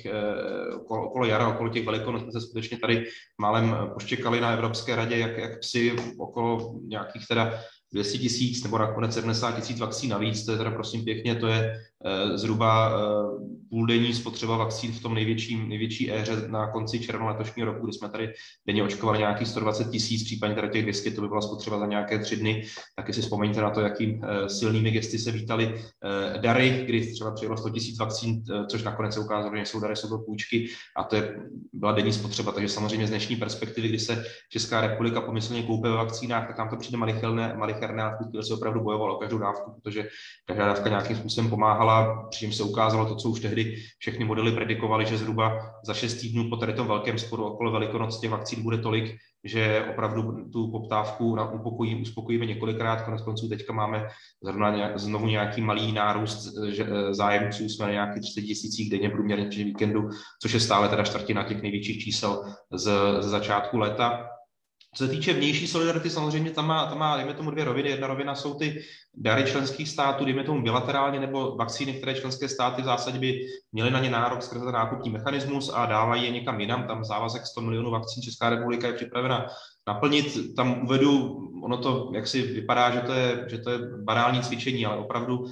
jara, okolo těch Velikonoc, jsme se skutečně tady málem poštěkali na Evropské radě, jak psi okolo nějakých teda 200 000 nebo nakonec 70 000 vakcín navíc, to je teda prosím pěkně, to je zhruba půldenní spotřeba vakcín v tom největší éře na konci června letošního roku, kdy jsme tady denně očkovali nějakých 120 000, případně teda těch 200, to by byla spotřeba za nějaké 3 dny. Taky si vzpomeňte na to, jakým silnými gesty se vítaly dary, kdy třeba přijelo 100 000 vakcín, což nakonec se ukázalo, že nejsou dary, jsou to půjčky, a to byla denní spotřeba. Takže samozřejmě z dnešní perspektivy, kdy se Česká republika pomyslně koupí ve vakcínách, tak nám to přijde malicherné a v tu chvíli se opravdu bojovalo o každou dávku, protože každá dávka nějakým způsobem pomáhala. Přičemž se ukázalo to, co už tehdy všechny modely predikovaly, že zhruba za 6 týdnů po tady tom velkém sporu okolo Velikonoc těch vakcín bude tolik, že opravdu tu poptávku uspokojíme několikrát. Koneckonců teďka máme znovu nějaký malý nárůst zájemců, jsme na nějakých 30 000 denně průměrně v víkendu, což je stále teda čtvrtina těch největších čísel z začátku léta. Co se týče vnější solidarity, samozřejmě tam má, dejme tomu, dvě roviny. Jedna rovina jsou ty dary členských států, dejme tomu bilaterálně, nebo vakcíny, které členské státy v zásadě by měly na ně nárok skrze nákupní mechanismus a dávají je někam jinam. Tam závazek 100 milionů vakcín Česká republika je připravena naplnit. Tam uvedu, ono to jaksi vypadá, že to je banální cvičení, ale opravdu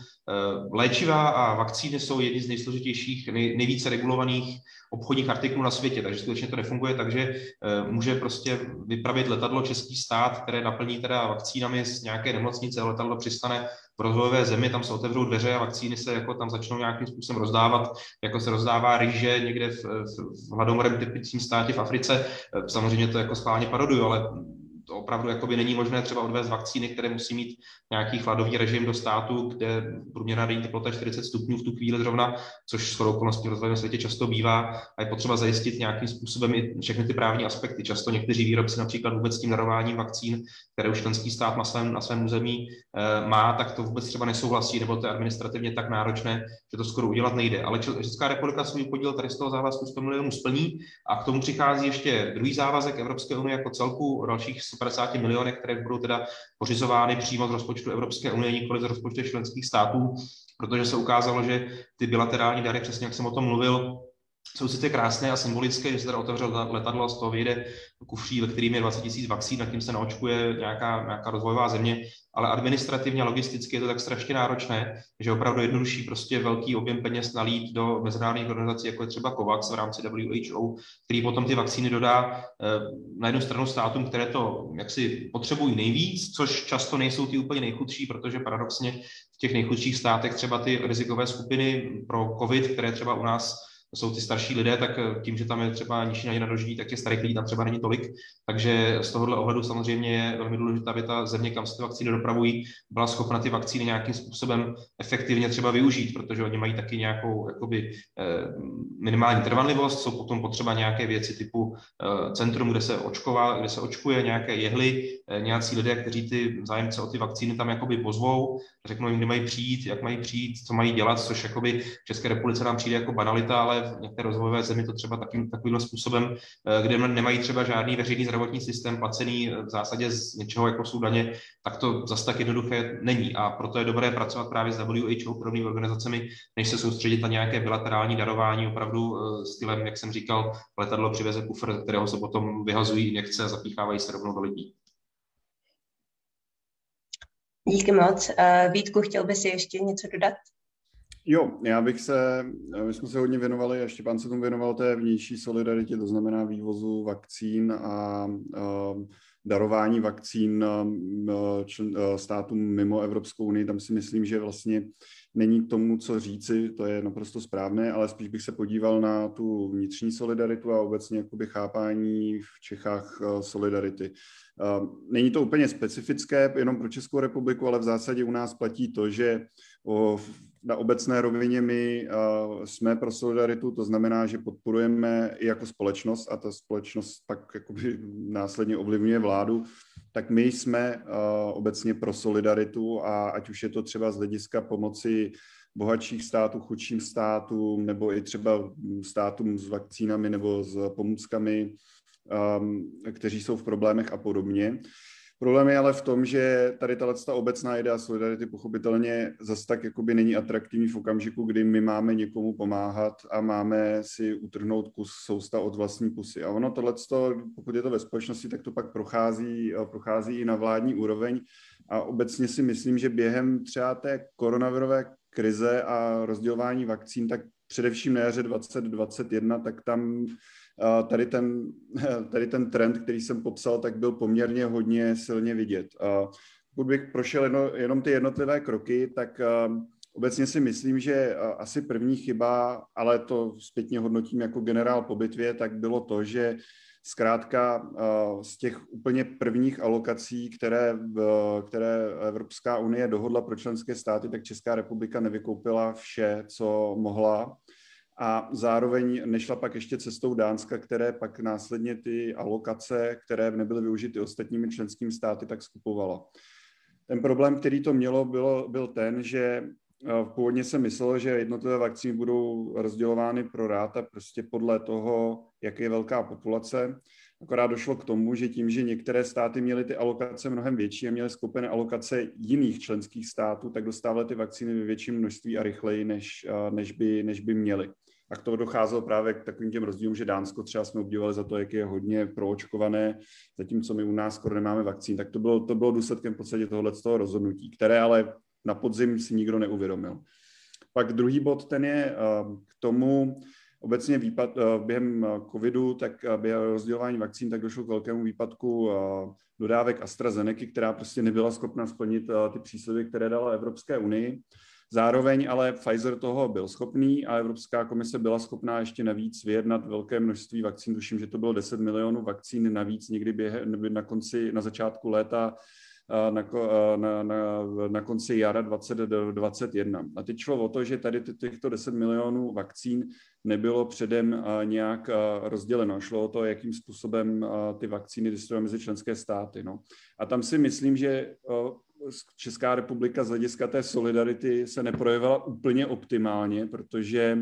léčiva a vakcíny jsou jedny z nejsložitějších, nejvíce regulovaných obchodních artiklů na světě, takže skutečně to nefunguje, takže může prostě vypravit letadlo český stát, které naplní teda vakcínami z nějaké nemocnice, letadlo přistane v rozvojové zemi, tam se otevřou dveře a vakcíny se jako tam začnou nějakým způsobem rozdávat, jako se rozdává rýže někde v hladomorem typickém státě v Africe. Samozřejmě to jako schválně paroduju, ale to opravdu jakoby není možné třeba odvést vakcíny, které musí mít nějaký chladový režim do státu, kde průměrná denní teplota je 40 stupňů v tu chvíli zrovna, což shodou okolností v rozvojovém světě často bývá, a je potřeba zajistit nějakým způsobem i všechny ty právní aspekty. Často někteří výrobci například vůbec s tím darováním vakcín, které už členský stát na svém území má, tak to vůbec třeba nesouhlasí, nebo to je administrativně tak náročné, že to skoro udělat nejde. Ale Česká republika svůj podíl tady z toho závazku 100 milionů splní a k tomu přichází ještě druhý závazek Evropské unie jako celku o dalších 150 milionech, které budou teda pořizovány přímo z rozpočtu Evropské unie, nikoli z rozpočtu členských států, protože se ukázalo, že ty bilaterální dary, přesně jak jsem o tom mluvil, jsou sice krásné a symbolické, že se teda otevřel letadlo a z toho vyjde kufří, ve kterým je 20 000 vakcín, nad tím se naočkuje nějaká rozvojová země, ale administrativně a logisticky je to tak strašně náročné, že opravdu jednodušší prostě velký objem peněz nalít do mezinárodních organizací, jako je třeba COVAX v rámci WHO, který potom ty vakcíny dodá na jednu stranu státům, které to jaksi potřebují nejvíc, což často nejsou ty úplně nejchudší, protože paradoxně v těch nejchudších státech třeba ty rizikové skupiny pro COVID, které třeba u nás jsou ty starší lidé, tak tím, že tam je třeba nižší naděje na dožití, tak těch starých lidí tam třeba není tolik. Takže z tohohle ohledu samozřejmě je velmi důležité, aby ta země, kam se ty vakcíny dopravují, byla schopna ty vakcíny nějakým způsobem efektivně třeba využít, protože oni mají taky nějakou jakoby, minimální trvanlivost, jsou potom potřeba nějaké věci typu centrum, kde se očkuje, nějaké jehly, nějací lidé, kteří ty zájemce o ty vakcíny tam jakoby pozvou, řeknou jim, kdy mají přijít, jak mají přijít, co mají dělat, což jakoby v České republice nám přijde jako banalita, ale v některé rozvojové zemi to třeba takovým způsobem, kde nemají třeba žádný veřejný zdravotní systém placený v zásadě z něčeho, jako jsou daně, tak to zase tak jednoduché není. A proto je dobré pracovat právě s WHO podobnými organizacemi, než se soustředit na nějaké bilaterální darování, opravdu stylem, jak jsem říkal, letadlo přiveze kufr, kterého se potom vyhazují injekce a zapíchávají se rovnou do lidí. Díky moc. Vítku, chtěl by si ještě něco dodat? Jo, my jsme se hodně věnovali, a Štěpán se tomu věnoval té vnější solidaritě, to znamená vývozu vakcín a darování vakcín státům mimo Evropskou unii. Tam si myslím, že vlastně není k tomu, co říci, to je naprosto správné, ale spíš bych se podíval na tu vnitřní solidaritu a obecně jakoby chápání v Čechách solidarity. Není to úplně specifické jenom pro Českou republiku, ale v zásadě u nás platí to, že na obecné rovině my jsme pro solidaritu, to znamená, že podporujeme i jako společnost a ta společnost pak jakoby následně ovlivňuje vládu, tak my jsme obecně pro solidaritu a ať už je to třeba z hlediska pomoci bohatších států, chudším státům nebo i třeba státům s vakcínami nebo s pomůckami, kteří jsou v problémech a podobně. Problém je ale v tom, že tady ta obecná idea solidarity pochopitelně zase tak jakoby není atraktivní v okamžiku, kdy my máme někomu pomáhat a máme si utrhnout kus sousta od vlastní pusy. A ono tohleto, pokud je to ve společnosti, tak to pak prochází i na vládní úroveň. A obecně si myslím, že během třeba té koronavirové krize a rozdělování vakcín, tak především na jaře 2021, tak tam tady ten trend, který jsem popsal, tak byl poměrně hodně silně vidět. Pokud bych prošel jenom ty jednotlivé kroky, tak obecně si myslím, že asi první chyba, ale to zpětně hodnotím jako generál po bitvě, tak bylo to, že zkrátka z těch úplně prvních alokací, které Evropská unie dohodla pro členské státy, tak Česká republika nevykoupila vše, co mohla. a zároveň nešla pak ještě cestou Dánska, které pak následně ty alokace, které nebyly využity ostatními členskými státy, tak skupovala. Ten problém, který to mělo, byl ten, že původně se myslelo, že jednotlivé vakcíny budou rozdělovány pro ráta prostě podle toho, jak je velká populace. Akorát došlo k tomu, že tím, že některé státy měly ty alokace mnohem větší a měly skupené alokace jiných členských států, tak dostávaly ty vakcíny ve větším množství a rychleji, než by měly. A k tomu docházelo právě k takovým těm rozdílům, že Dánsko třeba jsme obdivovali za to, jak je hodně proočkované, zatímco my u nás skoro nemáme vakcín, tak to bylo důsledkem v podstatě tohoto rozhodnutí, které ale na podzim si nikdo neuvědomil. Pak druhý bod, ten je k tomu obecně během covidu, tak během rozdělování vakcín, tak došlo k velkému výpadku dodávek AstraZeneca, která prostě nebyla schopna splnit ty přísliby, které dala Evropské unii. Zároveň ale Pfizer toho byl schopný a Evropská komise byla schopná ještě navíc vyjednat velké množství vakcín. Tuším, že to bylo 10 milionů vakcín navíc někdy na začátku léta, na konci jara 2021. A teď šlo o to, že tady těchto 10 milionů vakcín nebylo předem nějak rozděleno. Šlo o to, jakým způsobem ty vakcíny distribuujeme mezi členské státy. No. A tam si myslím, že Česká republika z hlediska té solidarity se neprojevila úplně optimálně, protože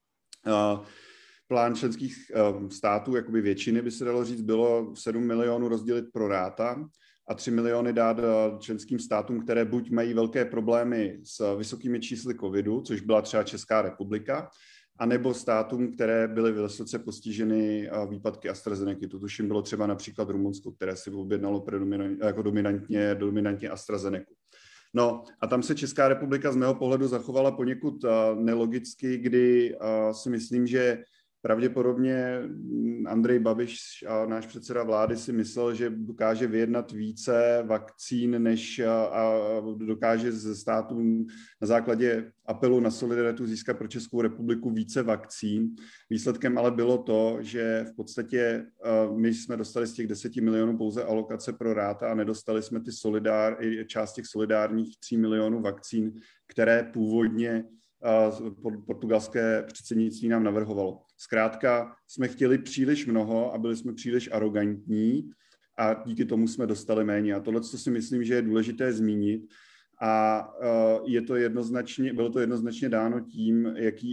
plán členských států, jakoby většiny by se dalo říct, bylo 7 milionů rozdělit pro ráta a 3 miliony dát členským státům, které buď mají velké problémy s vysokými čísly covidu, což byla třeba Česká republika, anebo státům, které byly vysoce postiženy výpadky AstraZeneca. To tuším bylo třeba například Rumunsko, které si objednalo jako dominantně AstraZeneca. No a tam se Česká republika z mého pohledu zachovala poněkud nelogicky, kdy si myslím, že pravděpodobně Andrej Babiš, náš předseda vlády, si myslel, že dokáže vyjednat více vakcín, než dokáže ze států na základě apelu na solidaritu získat pro Českou republiku více vakcín. Výsledkem ale bylo to, že v podstatě my jsme dostali z těch 10 milionů pouze alokace pro ráta a nedostali jsme část těch solidárních 3 milionů vakcín, které původně portugalské předsednictví nám navrhovalo. Zkrátka jsme chtěli příliš mnoho a byli jsme příliš arrogantní a díky tomu jsme dostali méně. A tohle, co si myslím, že je důležité zmínit, a bylo to jednoznačně dáno tím,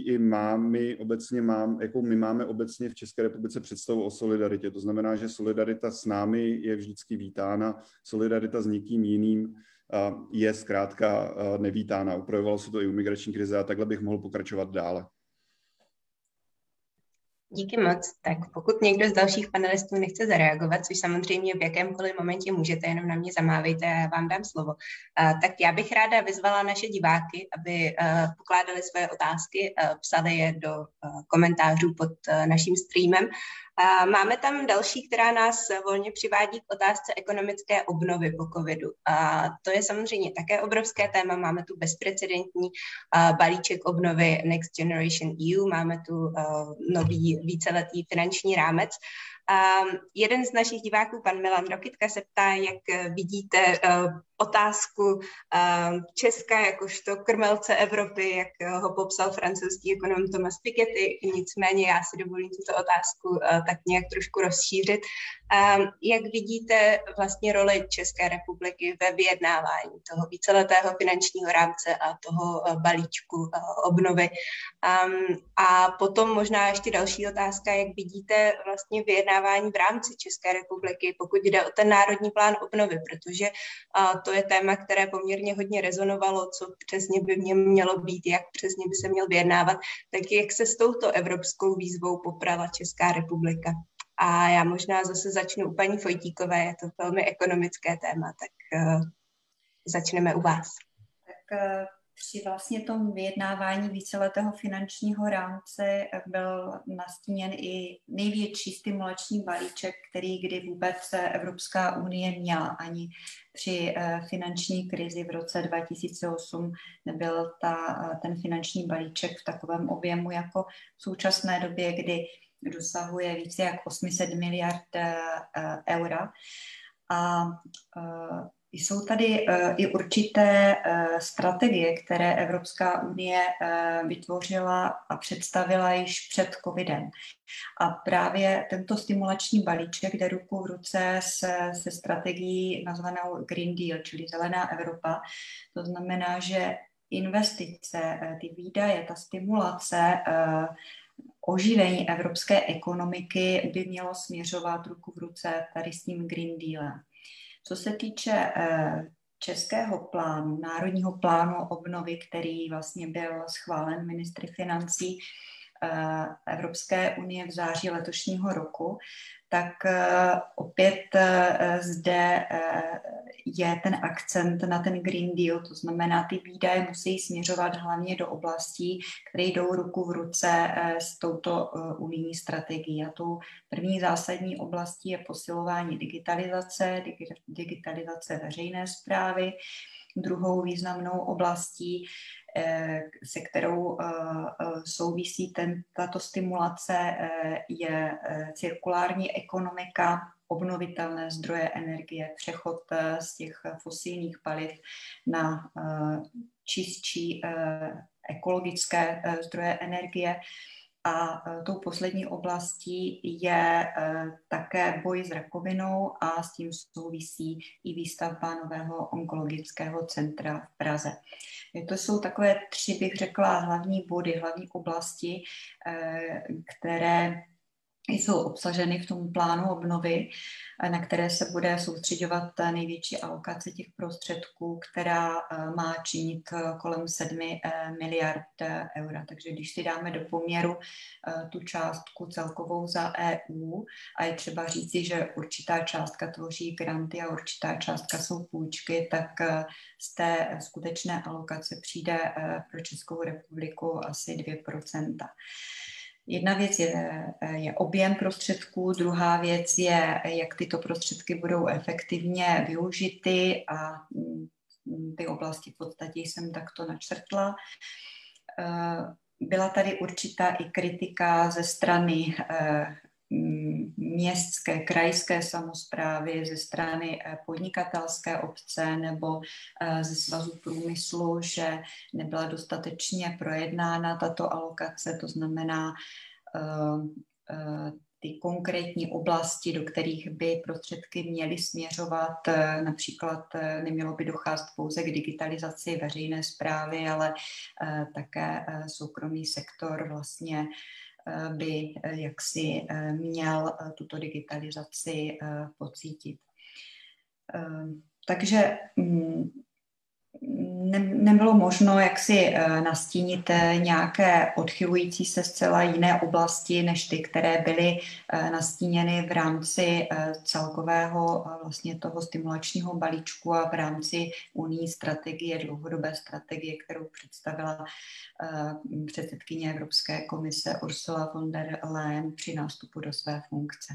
jakou my máme obecně v České republice představu o solidaritě. To znamená, že solidarita s námi je vždycky vítána, solidarita s někým jiným je zkrátka nevítána. Uprojovalo se to i u migrační krize a takhle bych mohl pokračovat dále. Díky moc. Tak pokud někdo z dalších panelistů nechce zareagovat, což samozřejmě v jakémkoliv momentě můžete, jenom na mě zamávejte a já vám dám slovo, tak já bych ráda vyzvala naše diváky, aby pokládali své otázky, psali je do komentářů pod naším streamem. Máme tam další, která nás volně přivádí k otázce ekonomické obnovy po covidu. To je samozřejmě také obrovské téma. Máme tu bezprecedentní balíček obnovy Next Generation EU, máme tu nový víceletý finanční rámec. Jeden z našich diváků, pan Milan Rokytka, se ptá, jak vidíte otázku Česka jakožto krmelce Evropy, jak ho popsal francouzský ekonom Thomas Piketty. Nicméně já si dovolím tuto otázku tak nějak trošku rozšířit. Jak vidíte vlastně roli České republiky ve vyjednávání toho víceletého finančního rámce a toho balíčku obnovy? A potom možná ještě další otázka, jak vidíte vlastně vyjednávání v rámci České republiky, pokud jde o ten národní plán obnovy, protože to je téma, které poměrně hodně rezonovalo, co přesně by v něm mělo být, jak přesně by se měl vyjednávat, tak jak se s touto evropskou výzvou poprala Česká republika. A já možná zase začnu u paní Fojtíkové, je to velmi ekonomické téma, tak začneme u vás. Tak při vlastně tom vyjednávání víceletého finančního rámce byl nastíněn i největší stimulační balíček, který kdy vůbec Evropská unie měla. Ani při finanční krizi v roce 2008 nebyl ten finanční balíček v takovém objemu jako v současné době, kdy dosahuje více jak 800 miliard eura. A Jsou tady i určité strategie, které Evropská unie vytvořila a představila již před covidem. A právě tento stimulační balíček jde ruku v ruce se strategií nazvanou Green Deal, čili Zelená Evropa. To znamená, že investice, ty výdaje, ta stimulace, oživení evropské ekonomiky by mělo směřovat ruku v ruce tady s tím Green Dealem. Co se týče českého plánu, národního plánu obnovy, který vlastně byl schválen ministry financí Evropské unie v září letošního roku, tak opět zde je ten akcent na ten Green Deal, to znamená, ty výdaje musí směřovat hlavně do oblastí, které jdou ruku v ruce s touto unijní strategií. A tou první zásadní oblastí je posilování digitalizace veřejné správy. Druhou významnou oblastí, se kterou souvisí tato stimulace, je cirkulární ekonomika, obnovitelné zdroje energie, přechod z těch fosilních paliv na čistší ekologické zdroje energie. A tou poslední oblastí je také boj s rakovinou a s tím souvisí i výstavba nového onkologického centra v Praze. To jsou takové 3, bych řekla, hlavní body, hlavní oblasti, které jsou obsaženy v tom plánu obnovy, na které se bude soustředovat největší alokace těch prostředků, která má činit kolem 7 miliard eur. Takže když si dáme do poměru tu částku celkovou za EU, a je třeba říci, že určitá částka tvoří granty a určitá částka jsou půjčky, tak z té skutečné alokace přijde pro Českou republiku asi 2%. Jedna věc je objem prostředků, druhá věc je, jak tyto prostředky budou efektivně využity a ty oblasti v podstatě jsem takto načrtla. Byla tady určitá i kritika ze strany městské, krajské samosprávy, ze strany podnikatelské obce nebo ze Svazu průmyslu, že nebyla dostatečně projednána tato alokace, to znamená ty konkrétní oblasti, do kterých by prostředky měly směřovat. Například nemělo by docházet pouze k digitalizaci veřejné správy, ale také soukromý sektor vlastně by jaksi měl tuto digitalizaci pocítit. Takže nebylo možno jaksi nastínit nějaké odchylující se zcela jiné oblasti, než ty, které byly nastíněny v rámci celkového vlastně toho stimulačního balíčku a v rámci unijní strategie, dlouhodobé strategie, kterou představila předsedkyně Evropské komise Ursula von der Leyen při nástupu do své funkce.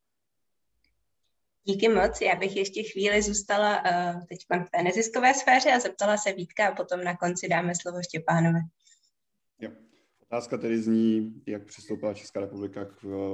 Díky moc. Já bych ještě chvíli zůstala teď v té neziskové sféře a zeptala se Vítka a potom na konci dáme slovo Štěpánovi. Jo. Otázka tedy zní, jak přistoupila Česká republika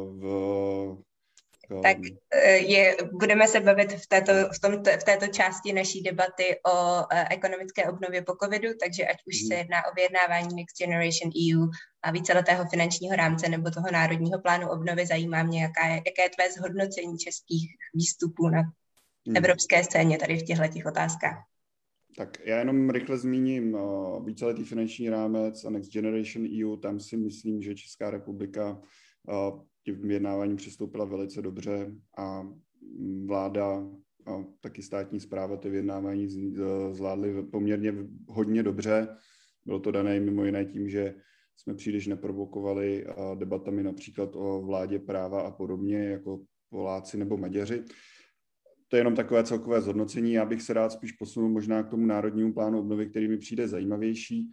Tak budeme se bavit v této části naší debaty o ekonomické obnově po covidu, takže ať už se jedná o vyjednávání Next Generation EU a víceletého finančního rámce nebo toho národního plánu obnovy, zajímá mě, jaké je tvé zhodnocení českých výstupů na evropské scéně tady v těchto otázkách. Tak já jenom rychle zmíním víceletý finanční rámec a Next Generation EU. Tam si myslím, že Česká republika tím vyjednáváním přistoupila velice dobře a vláda a taky státní správa ty vyjednávání zvládly poměrně hodně dobře. Bylo to dané mimo jiné tím, že jsme příliš neprovokovali debatami například o vládě práva a podobně, jako Poláci nebo Maďaři. To je jenom takové celkové zhodnocení. Já bych se rád spíš posunul možná k tomu národnímu plánu obnovy, který mi přijde zajímavější.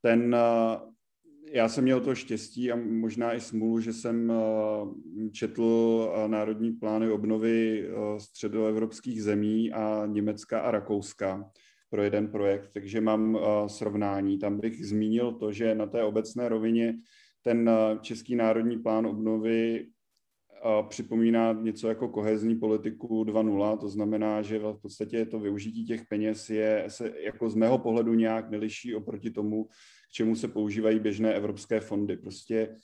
Já jsem měl to štěstí a možná i smůlu, že jsem četl národní plány obnovy středoevropských zemí a Německa a Rakouska pro jeden projekt, takže mám srovnání. Tam bych zmínil to, že na té obecné rovině ten český národní plán obnovy připomíná něco jako kohezní politiku 2.0, to znamená, že v podstatě to využití těch peněz se jako z mého pohledu nějak neliší oproti tomu, k čemu se používají běžné evropské fondy. Prostě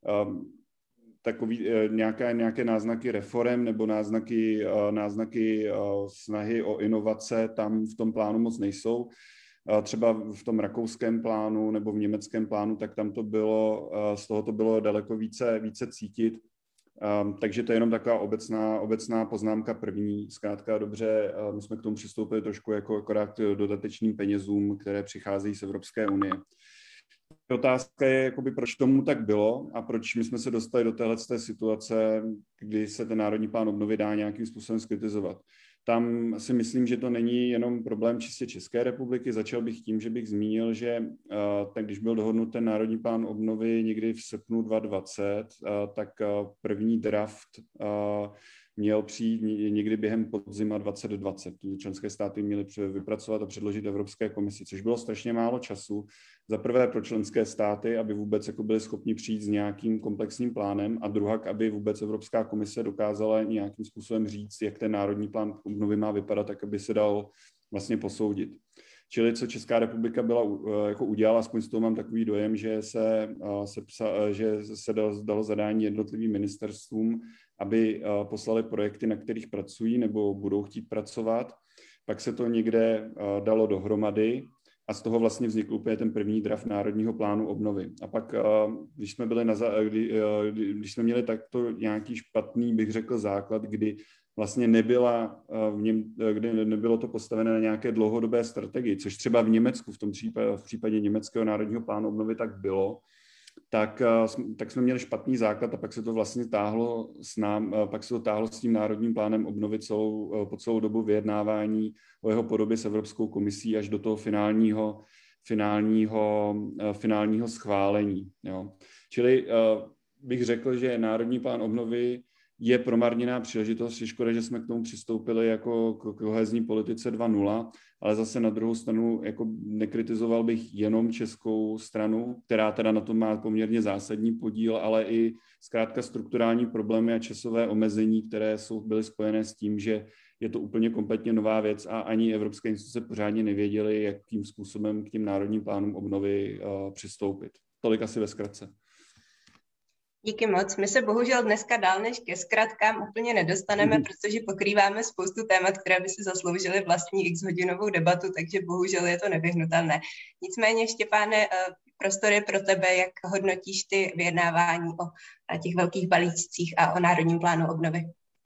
nějaké náznaky reforem nebo náznaky snahy o inovace tam v tom plánu moc nejsou. Třeba v tom rakouském plánu nebo v německém plánu, tak tam to bylo, z toho to bylo daleko více cítit. Takže to je jenom taková obecná poznámka první. Zkrátka dobře, my jsme k tomu přistoupili trošku jako akorát k dodatečným penězům, které přicházejí z Evropské unie. Otázka je, jakoby, proč tomu tak bylo a proč my jsme se dostali do téhleté situace, kdy se ten Národní plán obnovy dá nějakým způsobem skritizovat. Tam si myslím, že to není jenom problém čistě České republiky. Začal bych tím, že bych zmínil, že tak když byl dohodnut ten Národní plán obnovy někdy v srpnu 2020, tak první draft měl přijít někdy během podzima 2020. Členské státy měly vypracovat a předložit Evropské komisi, což bylo strašně málo času. Za prvé pro členské státy, aby vůbec jako byli schopni přijít s nějakým komplexním plánem a druhak, aby vůbec Evropská komise dokázala nějakým způsobem říct, jak ten Národní plán obnovy má vypadat, tak aby se dal vlastně posoudit. Čili co Česká republika jako udělala, aspoň z toho mám takový dojem, že se dalo zadání jednotlivým ministerstvům, aby poslali projekty, na kterých pracují nebo budou chtít pracovat. Pak se to někde dalo dohromady a z toho vlastně vznikl úplně ten první draft Národního plánu obnovy. A pak, když jsme měli takto nějaký špatný, bych řekl, základ, kdy vlastně kde nebylo to postavené na nějaké dlouhodobé strategii, což třeba v Německu, v případě Německého Národního plánu obnovy tak bylo, tak jsme měli špatný základ a pak se to vlastně táhlo s tím Národním plánem obnovy po celou dobu vyjednávání o jeho podobě s Evropskou komisí až do toho finálního schválení. Jo. Čili bych řekl, že Národní plán obnovy je promarněná příležitost. Je škoda, že jsme k tomu přistoupili jako k kohezní politice 2.0, ale zase na druhou stranu jako nekritizoval bych jenom českou stranu, která teda na tom má poměrně zásadní podíl, ale i zkrátka strukturální problémy a časové omezení, které byly spojené s tím, že je to úplně kompletně nová věc a ani evropské instituce pořádně nevěděly, jakým způsobem k těm národním plánům obnovy přistoupit. Tolik asi ve zkratce. Díky moc. My se bohužel dneska dál než ke zkratkám úplně nedostaneme, protože pokrýváme spoustu témat, které by si zasloužily vlastní x-hodinovou debatu, takže bohužel je to nevyhnutelné. Nicméně, Štěpáne, prostor je pro tebe, jak hodnotíš ty vyjednávání o těch velkých balíčcích a o Národním plánu obnovy?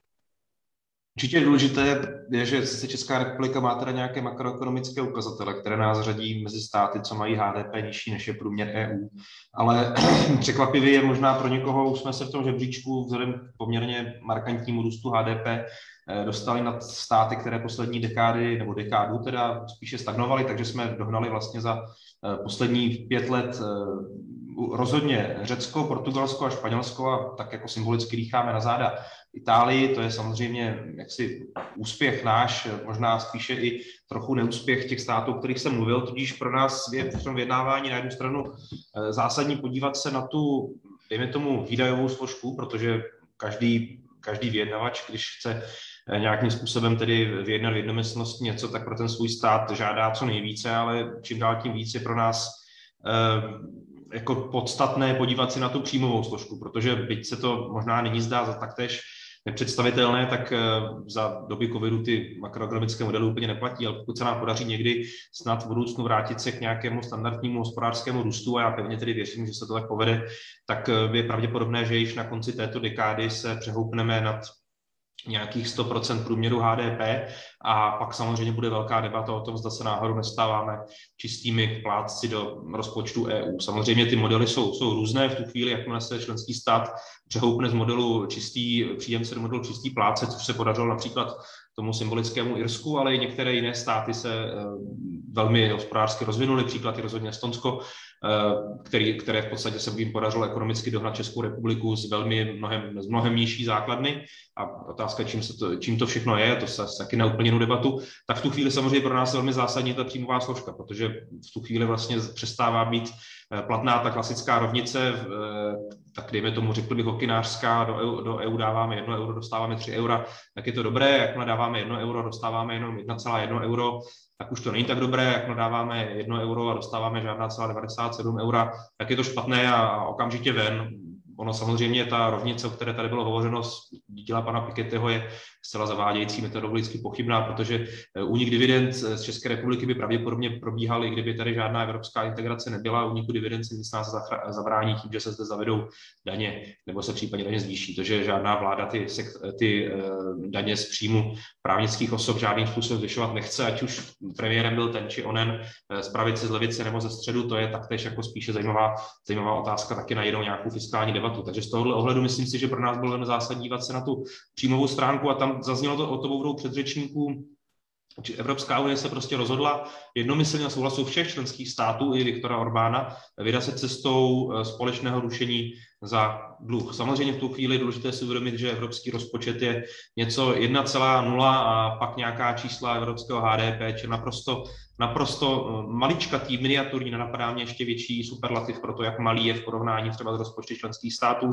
Určitě důležité je, že se Česká republika má teda nějaké makroekonomické ukazatele, které nás řadí mezi státy, co mají HDP nižší než je průměr EU. Ale překvapivě je možná pro někoho, už jsme se v tom žebříčku vzhledem k poměrně markantnímu růstu HDP dostali nad státy, které poslední dekádu teda spíše stagnovaly, takže jsme dohnali vlastně za poslední 5 let rozhodně Řecko, Portugalsko a Španělsko a tak jako symbolicky dýcháme na záda Itálii. To je samozřejmě jaksi úspěch náš, možná spíše i trochu neúspěch těch států, o kterých jsem mluvil, tudíž pro nás je v tom vyjednávání na jednu stranu zásadní podívat se na tu, dejme tomu, výdajovou složku, protože každý vyjednavač, když chce nějakým způsobem tedy vyjednat v jednomyslnosti něco, tak pro ten svůj stát žádá co nejvíce, ale čím dál tím víc je pro nás jako podstatné podívat se na tu příjmovou složku, protože byť se to možná nyní zdá za taktéž nepředstavitelné, tak za doby covidu ty makroekonomické modely úplně neplatí, ale pokud se nám podaří někdy snad v budoucnu vrátit se k nějakému standardnímu hospodářskému růstu, a já pevně tedy věřím, že se to tak povede, tak je pravděpodobné, že již na konci této dekády se přehoupneme nad nějakých 100% průměru HDP a pak samozřejmě bude velká debata o tom, zda se náhodou nestáváme čistými plátci do rozpočtu EU. Samozřejmě ty modely jsou různé v tu chvíli, jakmile se členský stát přehoupne z modelu čistý příjemce do modelu čistý plátce, což se podařilo například tomu symbolickému Irsku, ale i některé jiné státy se velmi hospodářsky rozvinuli. Příklad je rozhodně Estonsko, které v podstatě se jim podařilo ekonomicky dohnat Českou republiku z mnohem nižší základny. A otázka, čím to všechno je, to se taky na úplně jinou debatu, tak v tu chvíli samozřejmě pro nás velmi zásadní ta příjmová složka, protože v tu chvíli vlastně přestává být platná ta klasická rovnice, tak dejme tomu, řekl bych, hokynářská, do EU dáváme 1 euro, dostáváme 3 eura, tak je to dobré, jakmile dáváme 1 euro, dostáváme jenom 1,1 euro, tak už to není tak dobré, jak dáváme 1 euro a dostáváme žádná celá 97 eura, tak je to špatné a okamžitě ven. Ono samozřejmě ta rovnice, o které tady bylo hovořeno z díla pana Pikettyho, je zcela zavádějící, metodologicky pochybná, protože únik dividend z České republiky by pravděpodobně probíhal, i kdyby tady žádná evropská integrace nebyla. Úniku dividend se nic nás zabrání tím, že se zde zavedou daně, nebo se případně daně zvýší. Takže žádná vláda ty daně z příjmu právnických osob žádným způsobem zvyšovat nechce, ať už premiérem byl ten či onen z pravice, z levice nebo ze středu, to je taktéž jako spíše zajímavá otázka taky na jinou nějakou fiskální debatu. Takže z tohohle ohledu myslím si, že pro nás bylo velmi zásadní dívat se na tu příjmovou stránku a tam zaznělo to od obou předřečníků. Evropská unie se prostě rozhodla jednomyslně souhlasu všech členských států i Viktora Orbána vydat se cestou společného rušení za dluh. Samozřejmě v tu chvíli je důležité si uvědomit, že evropský rozpočet je něco 1,0 a pak nějaká čísla evropského HDP, či naprosto maličkatý, miniaturní, nenapadá mě ještě větší superlativ pro to, jak malý je v porovnání třeba s rozpočty členských států.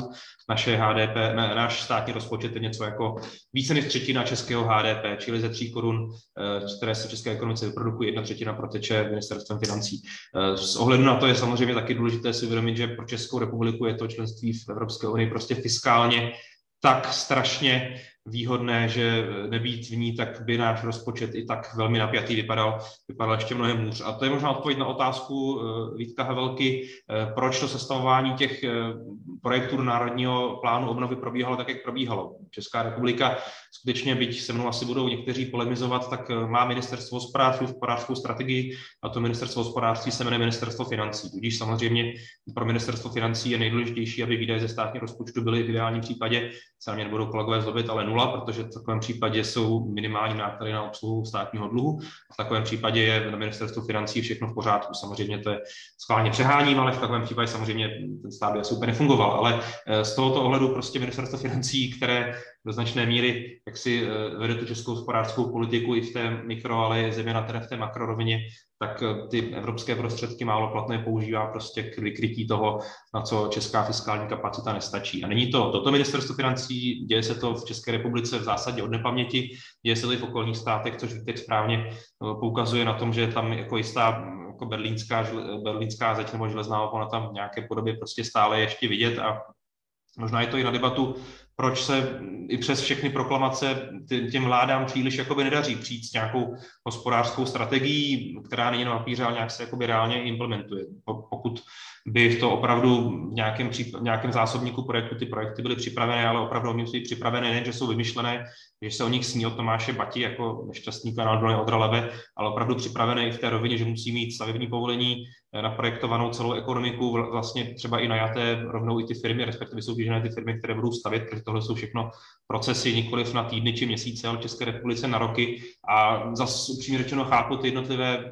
Náš státní rozpočet je něco jako více než třetina českého HDP, čili ze 3 korun, které se v české ekonomice vyprodukují, 1/3 proteče ministerstvem financí. S ohledu na to je samozřejmě taky důležité si uvědomit, že pro Českou republiku je to členství v Evropské unii prostě fiskálně tak strašně výhodné, že nebýt v ní, tak by náš rozpočet i tak velmi napjatý vypadal ještě mnohem hůř. A to je možná odpověď na otázku Vítka Havelky, proč to sestavování těch projektů Národního plánu obnovy probíhalo tak, jak probíhalo. Česká republika skutečně, byť se mnou asi budou někteří polemizovat, tak má ministerstvo hospodářskou strategii a to ministerstvo hospodářství se jmenuje ministerstvo financí. Tudíž samozřejmě pro ministerstvo financí je nejdůležitější, aby výdaje ze státního rozpočtu byly v ideálním případě, se na mě nebudou kolegové zlobit, ale 0, protože v takovém případě jsou minimální náklady na obsluhu státního dluhu. V takovém případě je na ministerstvu financí všechno v pořádku. Samozřejmě to je schválně přeháním, ale v takovém případě samozřejmě ten stát by asi úplně nefungoval. Ale z tohoto ohledu prostě ministerstvo financí, které do značné míry jak si vede tu českou hospodářskou politiku i v té mikro, ale zejména teda v té makrorovině, tak ty evropské prostředky málo platné používá prostě k vykrytí toho, na co česká fiskální kapacita nestačí. A není to toto ministerstvo financí, děje se to v České republice v zásadě od nepaměti, děje se to i v okolních státech, což teď správně poukazuje na tom, že je tam jako jistá jako berlínská zeď nebo železná opona tam v nějaké podobě prostě stále ještě vidět a možná je to i na debatu, proč se i přes všechny proklamace těm vládám příliš jakoby nedaří přijít s nějakou hospodářskou strategií, která není na papíře, ale nějak se jakoby reálně implementuje. Pokud by to opravdu v nějakém zásobníku projektu ty projekty byly připravené, ale opravdu musí být připravené, nejen, že jsou vymyšlené, že se o nich sní od Tomáše Bati jako nešťastný kanál Dolní Odra Leve, ale opravdu připravené i v té rovině, že musí mít stavební povolení, naprojektovanou celou ekonomiku, vlastně třeba i najaté rovnou i ty firmy, respektive soutěžené ty firmy, které budou stavět, protože tohle jsou všechno procesy nikoliv na týdny či měsíce, ale v České republice na roky. A zase upřímně řečeno chápu ty jednotlivé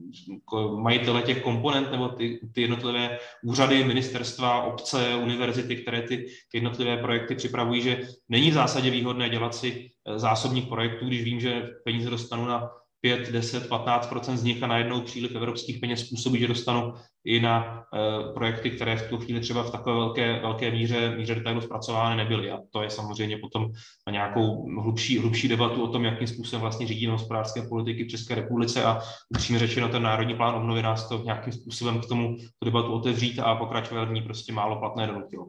majitele těch komponent nebo ty jednotlivé úřady, ministerstva, obce, univerzity, které ty jednotlivé projekty připravují, že není v zásadě výhodné dělat si zásobník projektů, když vím, že peníze dostanu na 5, 10, 15% z nich a najednou příliv evropských peněz způsobí, že dostanu i na projekty, které v tu chvíli třeba v takové velké míře detailu zpracovány nebyly. A to je samozřejmě potom na nějakou hlubší debatu o tom, jakým způsobem vlastně řídíme hospodářské politiky v České republice a upřímně řečeno ten Národní plán obnovy nás to nějakým způsobem k tomu tu debatu otevřít a pokračovat v ní prostě málo platné donutilo.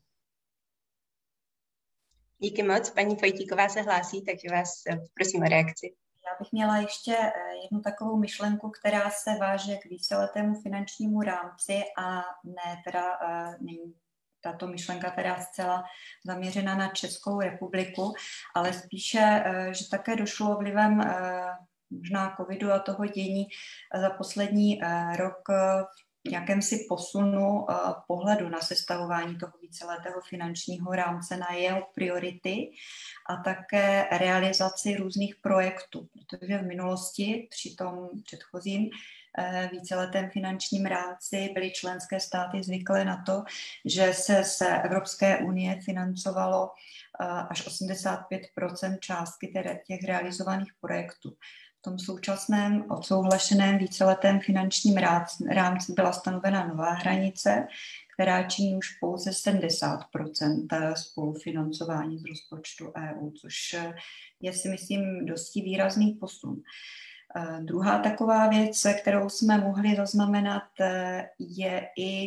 Díky moc. Paní Fojtíková se hlásí, takže vás prosím o reakci. Já bych měla ještě jednu takovou myšlenku, která se váže k víceletému finančnímu rámci a není tato myšlenka teda zcela zaměřena na Českou republiku, ale spíše, že také došlo vlivem možná covidu a toho dění za poslední rok jakémsi posunu pohledu na sestavování toho víceletého finančního rámce, na jeho priority a také realizaci různých projektů, protože v minulosti při tom předchozím víceletém finančním rámci byly členské státy zvyklé na to, že se z Evropské unie financovalo až 85% částky těch realizovaných projektů. V tom současném odsouhlašeném víceletém finančním rámci byla stanovena nová hranice, která činí už pouze 70% spolufinancování z rozpočtu EU, což je, si myslím, dosti výrazný posun. Druhá taková věc, kterou jsme mohli zaznamenat, je i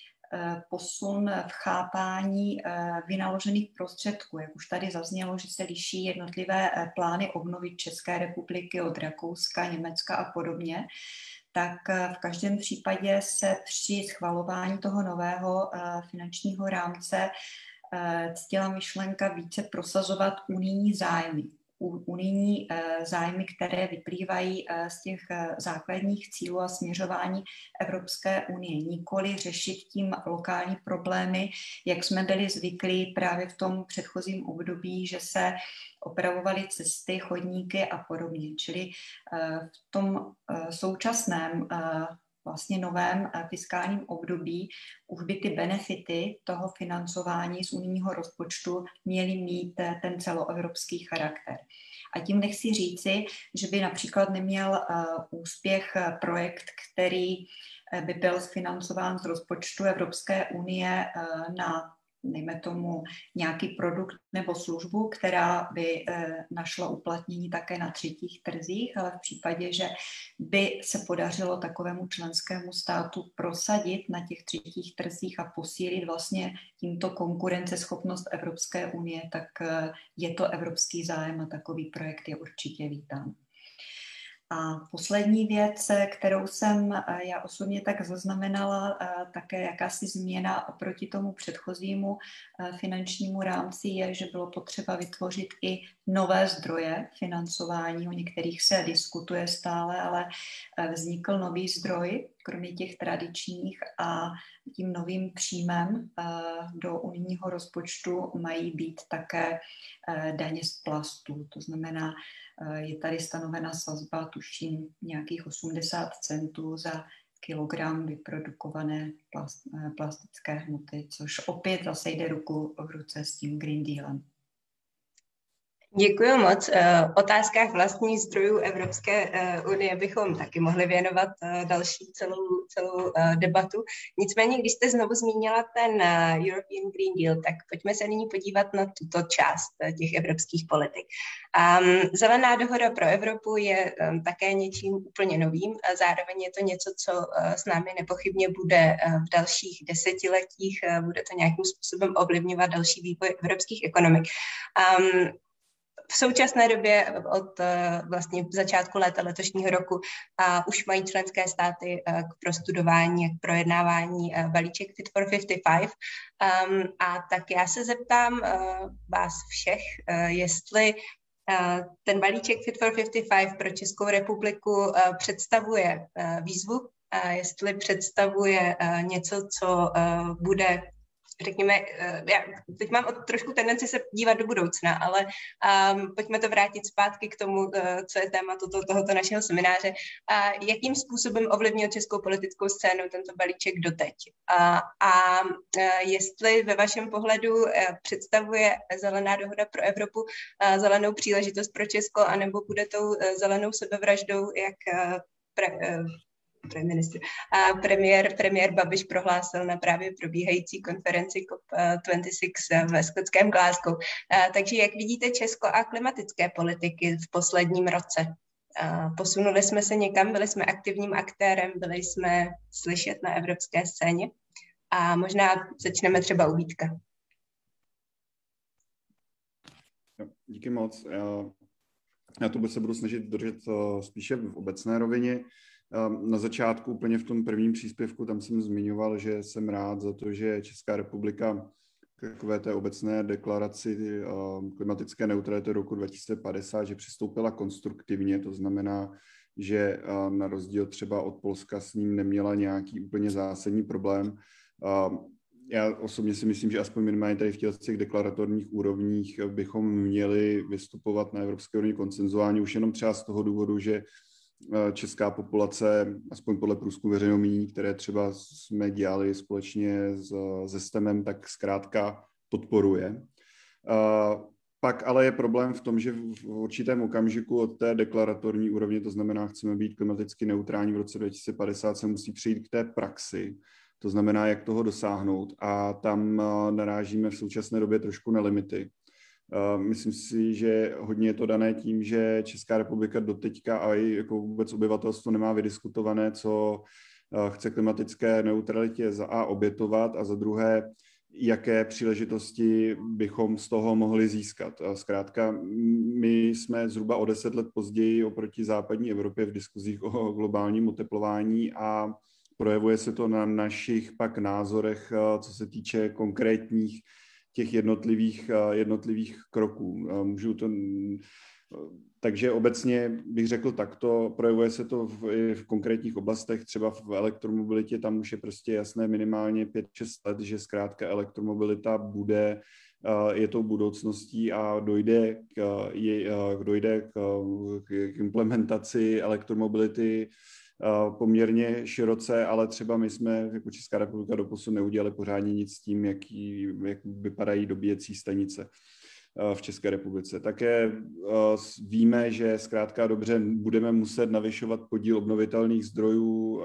posun v chápání vynaložených prostředků. Jak už tady zaznělo, že se liší jednotlivé plány obnovy České republiky od Rakouska, Německa a podobně, tak v každém případě se při schvalování toho nového finančního rámce ctila myšlenka více prosazovat unijní zájmy. Unijní zájmy, které vyplývají z těch základních cílů a směřování Evropské unie. Nikoli řešit tím lokální problémy, jak jsme byli zvyklí právě v tom předchozím období, že se opravovaly cesty, chodníky a podobně. Čili v tom současném vlastně novém fiskálním období už by ty benefity toho financování z unijního rozpočtu měly mít ten celoevropský charakter. A tím nechci říci, že by například neměl úspěch projekt, který by byl financován z rozpočtu Evropské unie na, dejme tomu, nějaký produkt nebo službu, která by našla uplatnění také na třetích trzích, ale v případě, že by se podařilo takovému členskému státu prosadit na těch třetích trzích a posílit vlastně tímto konkurenceschopnost Evropské unie, tak je to evropský zájem a takový projekt je určitě vítán. A poslední věc, kterou jsem já osobně tak zaznamenala, také jakási změna oproti tomu předchozímu finančnímu rámci je, že bylo potřeba vytvořit i nové zdroje financování. O některých se diskutuje stále, ale vznikl nový zdroj, kromě těch tradičních, a tím novým příjmem do unijního rozpočtu mají být také daně z plastů. To znamená, je tady stanovena sazba, tuším, nějakých 80 centů za kilogram vyprodukované plastické hmoty, což opět zase jde ruku v ruce s tím Green Dealem. Děkuji moc. Otázkách vlastních zdrojů Evropské unie bychom taky mohli věnovat další celou debatu. Nicméně, když jste znovu zmínila ten European Green Deal, tak pojďme se nyní podívat na tuto část těch evropských politik. Zelená dohoda pro Evropu je také něčím úplně novým a zároveň je to něco, co s námi nepochybně bude v dalších desetiletích, bude to nějakým způsobem ovlivňovat další vývoj evropských ekonomik. V současné době od vlastně začátku léta letošního roku už mají členské státy k prostudování a k projednávání balíček Fit for 55. A tak já se zeptám vás všech, jestli ten balíček Fit for 55 pro Českou republiku představuje výzvu, jestli představuje něco, co bude, řekněme, já teď mám trošku tendenci se dívat do budoucna, ale pojďme to vrátit zpátky k tomu, co je téma tohoto našeho semináře. Jakým způsobem ovlivnil českou politickou scénu tento balíček doteď? A jestli ve vašem pohledu představuje zelená dohoda pro Evropu zelenou příležitost pro Česko, anebo bude tou zelenou sebevraždou, jak premiér Babiš prohlásil na právě probíhající konferenci COP26 ve skotském Glasgow. Takže jak vidíte Česko a klimatické politiky v posledním roce? Posunuli jsme se někam, byli jsme aktivním aktérem, byli jsme slyšet na evropské scéně a možná začneme třeba u Vítka. Díky moc. Já to se budu snažit držet spíše v obecné rovině. Na začátku, úplně v tom prvním příspěvku, tam jsem zmiňoval, že jsem rád za to, že Česká republika k takové té obecné deklaraci klimatické neutrality roku 2050, že přistoupila konstruktivně, to znamená, že na rozdíl třeba od Polska s ním neměla nějaký úplně zásadní problém. Já osobně si myslím, že aspoň minimálně tady v těch deklaratorních úrovních bychom měli vystupovat na evropské úrovni konsenzuálně, už jenom třeba z toho důvodu, že česká populace, aspoň podle průzkumu veřejného mínění, které třeba jsme dělali společně se STEMem, tak zkrátka podporuje. Pak ale je problém v tom, že v určitém okamžiku od té deklaratorní úrovně, to znamená, chceme být klimaticky neutrální v roce 2050, se musí přejít k té praxi. To znamená, jak toho dosáhnout. A tam narážíme v současné době trošku na limity. Myslím si, že hodně je to dané tím, že Česká republika doteďka a i jako vůbec obyvatelstvo nemá vydiskutované, co chce klimatické neutralitě za A obětovat a za druhé, jaké příležitosti bychom z toho mohli získat. Zkrátka, my jsme zhruba o 10 let později oproti západní Evropě v diskuzích o globálním oteplování a projevuje se to na našich pak názorech, co se týče konkrétních těch jednotlivých kroků. Takže obecně bych řekl takto, projevuje se to v konkrétních oblastech, třeba v elektromobilitě, tam už je prostě jasné minimálně 5-6 let, že zkrátka elektromobilita je tou budoucností a dojde k implementaci elektromobility poměrně široce, ale třeba my jsme jako Česká republika doposud neudělali pořádně nic s tím, jak vypadají dobíjecí stanice v České republice. Také víme, že zkrátka dobře budeme muset navyšovat podíl obnovitelných zdrojů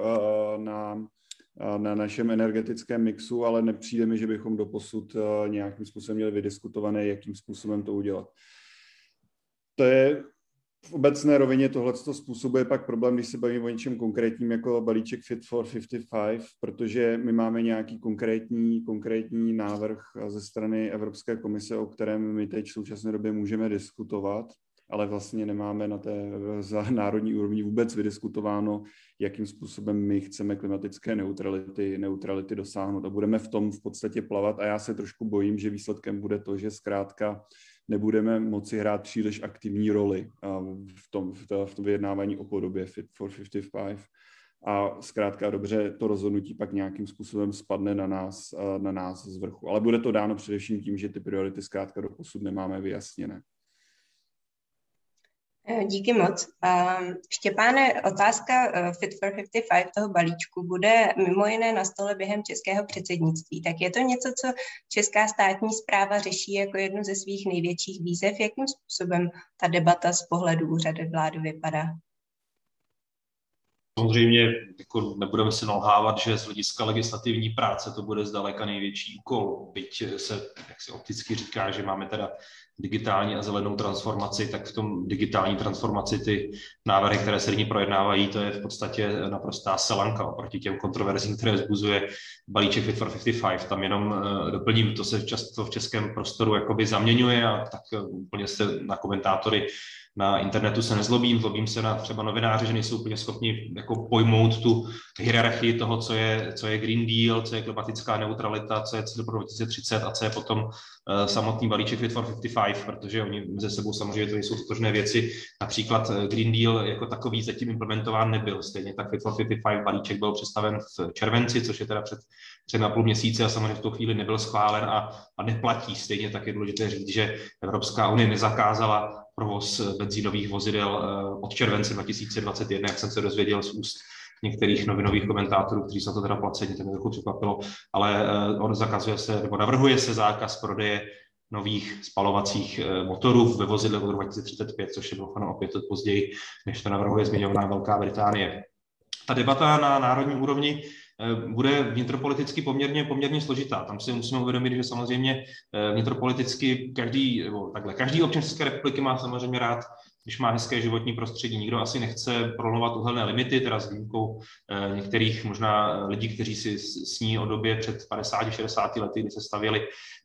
na našem energetickém mixu, ale nepřijde mi, že bychom doposud nějakým způsobem měli vydiskutované, jakým způsobem to udělat. To je v obecné rovině tohleto způsobuje pak problém, když se bavíme o něčem konkrétním jako balíček Fit for 55, protože my máme nějaký konkrétní návrh ze strany Evropské komise, o kterém my teď v současné době můžeme diskutovat, ale vlastně nemáme na té národní úrovni vůbec vydiskutováno, jakým způsobem my chceme klimatické neutrality dosáhnout. A budeme v tom v podstatě plavat a já se trošku bojím, že výsledkem bude to, že zkrátka nebudeme moci hrát příliš aktivní roli v tom vyjednávání o podobě Fit for 55. A zkrátka dobře to rozhodnutí pak nějakým způsobem spadne na nás z vrchu. Ale bude to dáno především tím, že ty priority zkrátka doposud nemáme vyjasněné. Díky moc. Štěpáne, otázka Fit for 55 toho balíčku bude mimo jiné na stole během českého předsednictví. Tak je to něco, co česká státní správa řeší jako jednu ze svých největších výzev? Jakým způsobem ta debata z pohledu úřadu vlády vypadá? Samozřejmě jako nebudeme si nalhávat, že z hlediska legislativní práce to bude zdaleka největší úkol. Byť se, jak se opticky říká, že máme teda digitální a zelenou transformaci, tak v tom digitální transformaci ty návrhy, které se nyní projednávají, to je v podstatě naprostá selanka oproti těm kontroverzím, které vzbuzuje balíček Fit for 55. Tam jenom doplním, to se často v českém prostoru jakoby zaměňuje a tak úplně se na komentátory na internetu se nezlobím, zlobím se na třeba novináři, že nejsou úplně schopni jako pojmout tu hierarchii toho, co je Green Deal, co je klimatická neutralita, co je cíl pro 2030 a co je potom samotný balíček Fit for 55, protože oni mezi sebou samozřejmě to nejsou totožné věci. Například Green Deal jako takový zatím implementován nebyl. Stejně tak Fit for 55 balíček byl představen v červenci, což je teda před 3,5 měsíce a samozřejmě v tu chvíli nebyl schválen a neplatí. Stejně tak je důležité říct, že Evropská unie nezakázala provoz benzínových vozidel od července 2021, jak jsem se dozvěděl z úst některých novinových komentátorů, kteří jsou to teda placení, to mě trochu překvapilo, ale on zakazuje se, nebo navrhuje se zákaz prodeje nových spalovacích motorů ve vozidle od 2035, což je doufáno opět později, než to navrhuje zmiňovaná Velká Británie. Ta debata na národní úrovni bude vnitropoliticky poměrně složitá. Tam si musíme uvědomit, že samozřejmě vnitropoliticky každý občan České republiky má samozřejmě rád, když má hezké životní prostředí. Nikdo asi nechce prolomovat uhelné limity, teda s výjimkou některých možná lidí, kteří si sní o době před 50-60 lety, kdy se stavěly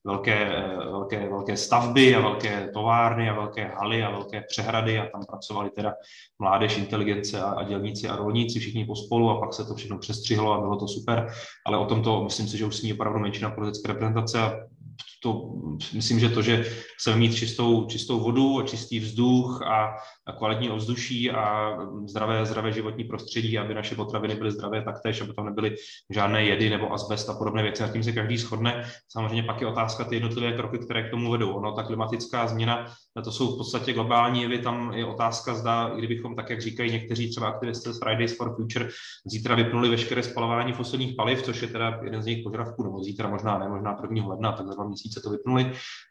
velké stavby a velké továrny a velké haly a velké přehrady a tam pracovali teda mládež, inteligence a dělníci a rolníci, všichni pospolu a pak se to všechno přestřihlo a bylo to super, ale o tomto myslím si, že už sní opravdu menšina politické reprezentace a myslím, že to, že chceme mít čistou vodu, čistý vzduch a kvalitní ovzduší a zdravé životní prostředí, aby naše potraviny byly zdravé taktéž, aby tam nebyly žádné jedy nebo azbest a podobné věci, nad tím se každý shodne. Samozřejmě pak je otázka ty jednotlivé kroky, které k tomu vedou. Ta klimatická změna, to jsou v podstatě globální jevy, tam je otázka, zda, kdybychom, tak jak říkají někteří třeba aktivisté z Fridays for Future, zítra vypnuli veškeré spalování fosilních paliv, což je teda jeden z jejich požadavků, nebo zítra možná 1. ledna, tak za 2 měsíce to vypnuli,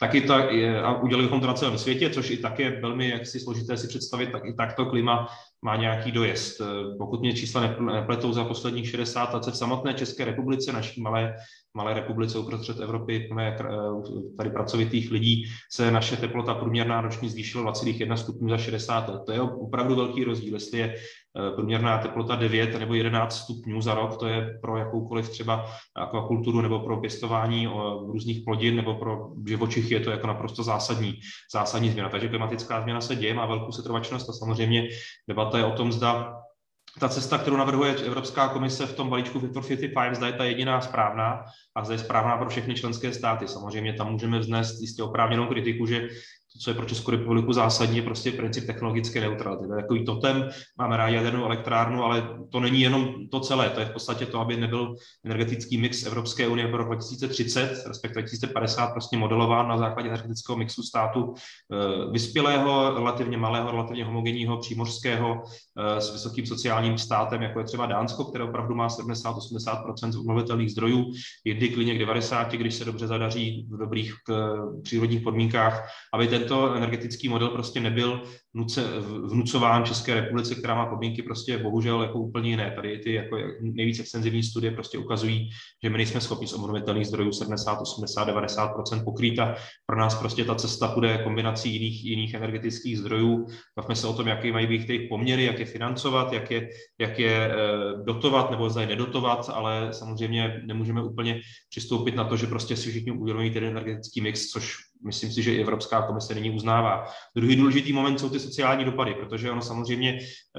a udělali bychom to na celém světě, což i tak je velmi jaksi složité si představit, tak i tak to klima má nějaký dojezd. Pokud mě čísla nepletou, za posledních 60 let se v samotné České republice, naší malé republice uprostřed Evropy, tady pracovitých lidí, se naše teplota průměrná roční zvýšila 2,1 stupňů za 60 let. To je opravdu velký rozdíl, jestli je průměrná teplota 9 nebo 11 stupňů za rok, to je pro jakoukoliv třeba akvakulturu nebo pro pěstování různých plodin nebo pro živočichy je to jako naprosto zásadní změna. Takže klimatická změna se děje, má velkou setrvačnost a samozřejmě debata je o tom, zda ta cesta, kterou navrhuje Evropská komise v tom balíčku Fit for 55, zda je ta jediná správná a zda je správná pro všechny členské státy. Samozřejmě tam můžeme vznést jistě oprávněnou kritiku, že to, co je pro Českou republiku zásadní, je prostě princip technologické neutrality. To je takový totem, máme rádi jadernou elektrárnu, ale to není jenom to celé. To je v podstatě to, aby nebyl energetický mix Evropské unie pro rok 2030, respektive 2050, prostě modelován na základě energetického mixu státu vyspělého, relativně malého, relativně homogenního, přímořského, s vysokým sociálním státem, jako je třeba Dánsko, které opravdu má 70-80% obnovitelných zdrojů, jindy klidně k 90, když se dobře zadaří v dobrých přírodních podmínkách, aby tento energetický model prostě nebyl vnucován České republice, která má podmínky prostě bohužel jako úplně jiné. Tady ty jako nejvíc extenzivní studie prostě ukazují, že my nejsme schopni z obnovitelných zdrojů 70, 80, 90% pokrýt a pro nás prostě ta cesta bude kombinací jiných energetických zdrojů. Bavme se o tom, jaké mají být jejich poměry, jak je financovat, jak je dotovat nebo zda je nedotovat, ale samozřejmě nemůžeme úplně přistoupit na to, že prostě si všichni uvědomují ten energetický mix, což myslím si, že i Evropská komise nyní uznává. Druhý důležitý moment jsou ty sociální dopady, protože ono samozřejmě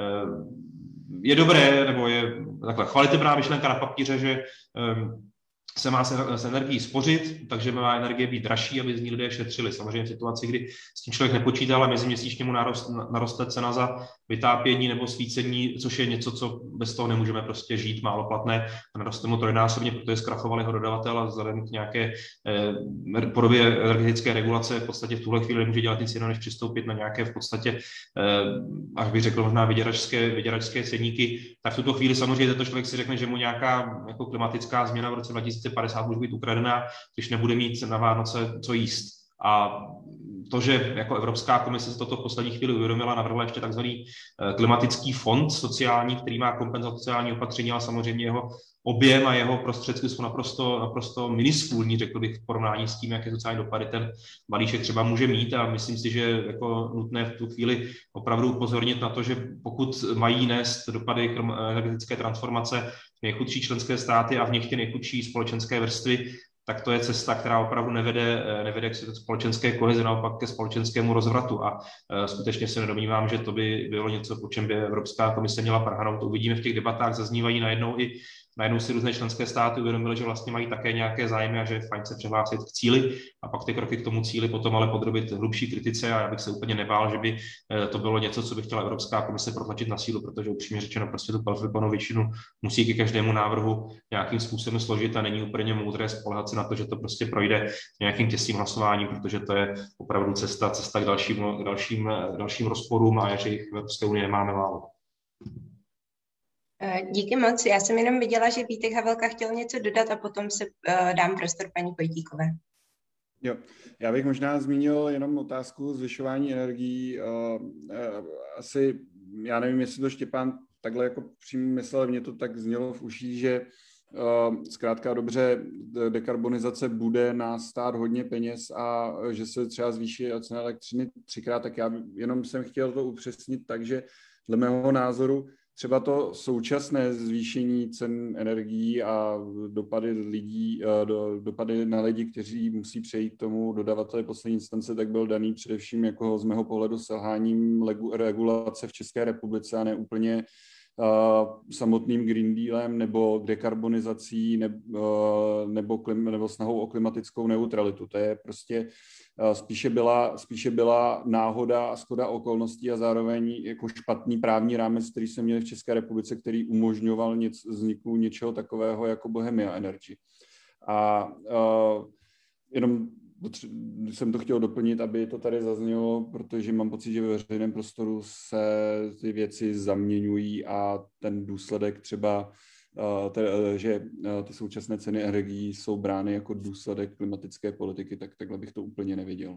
je dobré, nebo je takhle chvalitebná myšlenka na papíře, že se má s energií spořit, takže má energie být dražší, aby z ní lidé šetřili. Samozřejmě v situaci, kdy s tím člověk nepočítá, ale meziměsíčně mu naroste cena za vytápění nebo svícení, což je něco, co bez toho nemůžeme prostě žít, málo platné, a naroste mu trojnásobně, protože zkrachoval jeho dodavatel a vzhledem k nějaké podobě energetické regulace v podstatě v tuhle chvíli nemůže dělat nic jiného, než přistoupit na nějaké v podstatě, až bych řekl možná vyděračské ceníky, tak v tuto chvíli samozřejmě tento člověk si řekne, že mu nějaká jako klimatická změna v roce 2050 může být ukradená, když nebude mít na Vánoce co jíst. A to, že jako Evropská komise se toto v poslední chvíli uvědomila, navrhla ještě takzvaný klimatický fond sociální, který má kompenzovat sociální opatření, ale samozřejmě jeho objem a jeho prostředky jsou naprosto miniskulní, řekl bych, v porovnání s tím, jaké sociální dopady ten balíček třeba může mít, a myslím si, že je jako nutné v tu chvíli opravdu upozornit na to, že pokud mají nést dopady energetické transformace nejchudší členské státy a v nich ty nejchudší společenské vrstvy, tak to je cesta, která opravdu nevede k společenské kohezi, naopak ke společenskému rozvratu. A skutečně se nedomnívám, že to by bylo něco, po čem by Evropská komise měla prahnout. To uvidíme v těch debatách, zaznívají najednou si různé členské státy uvědomily, že vlastně mají také nějaké zájmy a že je fajn se přihlásit k cíli a pak ty kroky k tomu cíli potom ale podrobit hlubší kritice, a já bych se úplně nebál, že by to bylo něco, co by chtěla Evropská komise protlačit na sílu, protože upřímně řečeno prostě tu kvalifikovanou většinu musí ke každému návrhu nějakým způsobem složit a není úplně moudré spoléhat se na to, že to prostě projde nějakým těsným hlasováním, protože to je opravdu cesta k dalším rozporům a že jich v Evropské unii nemáme málo. Díky moc. Já jsem jenom viděla, že Vítek Havelka chtěl něco dodat a potom se dám prostor paní Pojtíkové. Jo, já bych možná zmínil jenom otázku zvyšování energií. Asi, já nevím, jestli to Štěpán takhle jako přímo myslel, mně to tak znělo v uších, že zkrátka dobře dekarbonizace bude nás stát hodně peněz a že se třeba zvýší cena elektřiny 3krát, tak já jenom jsem chtěl to upřesnit, takže dle mého názoru třeba to současné zvýšení cen energií a dopady na lidi, kteří musí přejít k tomu dodavateli poslední instance, tak byl daný především jako z mého pohledu selháním regulace v České republice a ne úplně samotným Green Dealem nebo dekarbonizací nebo snahou o klimatickou neutralitu. To je prostě spíše byla náhoda a shoda okolností a zároveň jako špatný právní rámec, který jsme měli v České republice, který umožňoval vzniku něčeho takového jako Bohemia Energy. A jenom jsem to chtěl doplnit, aby to tady zaznělo, protože mám pocit, že ve veřejném prostoru se ty věci zaměňují a ten důsledek třeba, že ty současné ceny energií jsou brány jako důsledek klimatické politiky, tak takhle bych to úplně neviděl.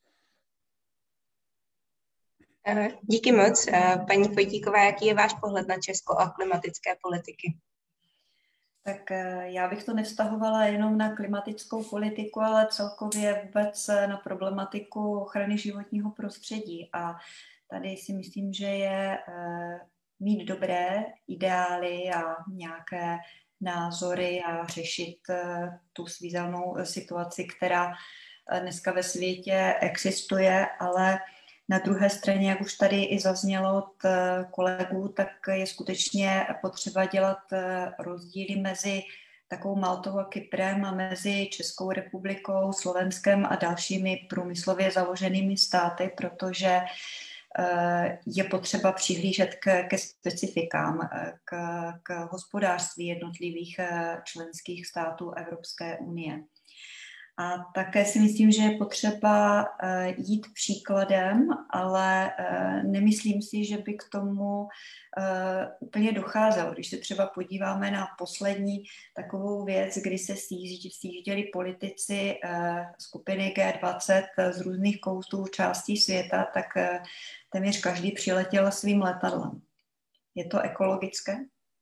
Díky moc. Paní Fojtíková, jaký je váš pohled na Česko a klimatické politiky? Tak já bych to nevztahovala jenom na klimatickou politiku, ale celkově vůbec na problematiku ochrany životního prostředí. A tady si myslím, že je mít dobré ideály a nějaké názory a řešit tu svízelnou situaci, která dneska ve světě existuje, ale na druhé straně, jak už tady i zaznělo od kolegů, tak je skutečně potřeba dělat rozdíly mezi takovou Maltou a Kyprem a mezi Českou republikou, Slovenskem a dalšími průmyslově založenými státy, protože je potřeba přihlížet ke specifikám, k hospodářství jednotlivých členských států Evropské unie. A také si myslím, že je potřeba jít příkladem, ale nemyslím si, že by k tomu úplně docházelo. Když se třeba podíváme na poslední takovou věc, kdy se sjížděli politici skupiny G20 z různých koutů částí světa, tak téměř každý přiletěl svým letadlem. Je to ekologické?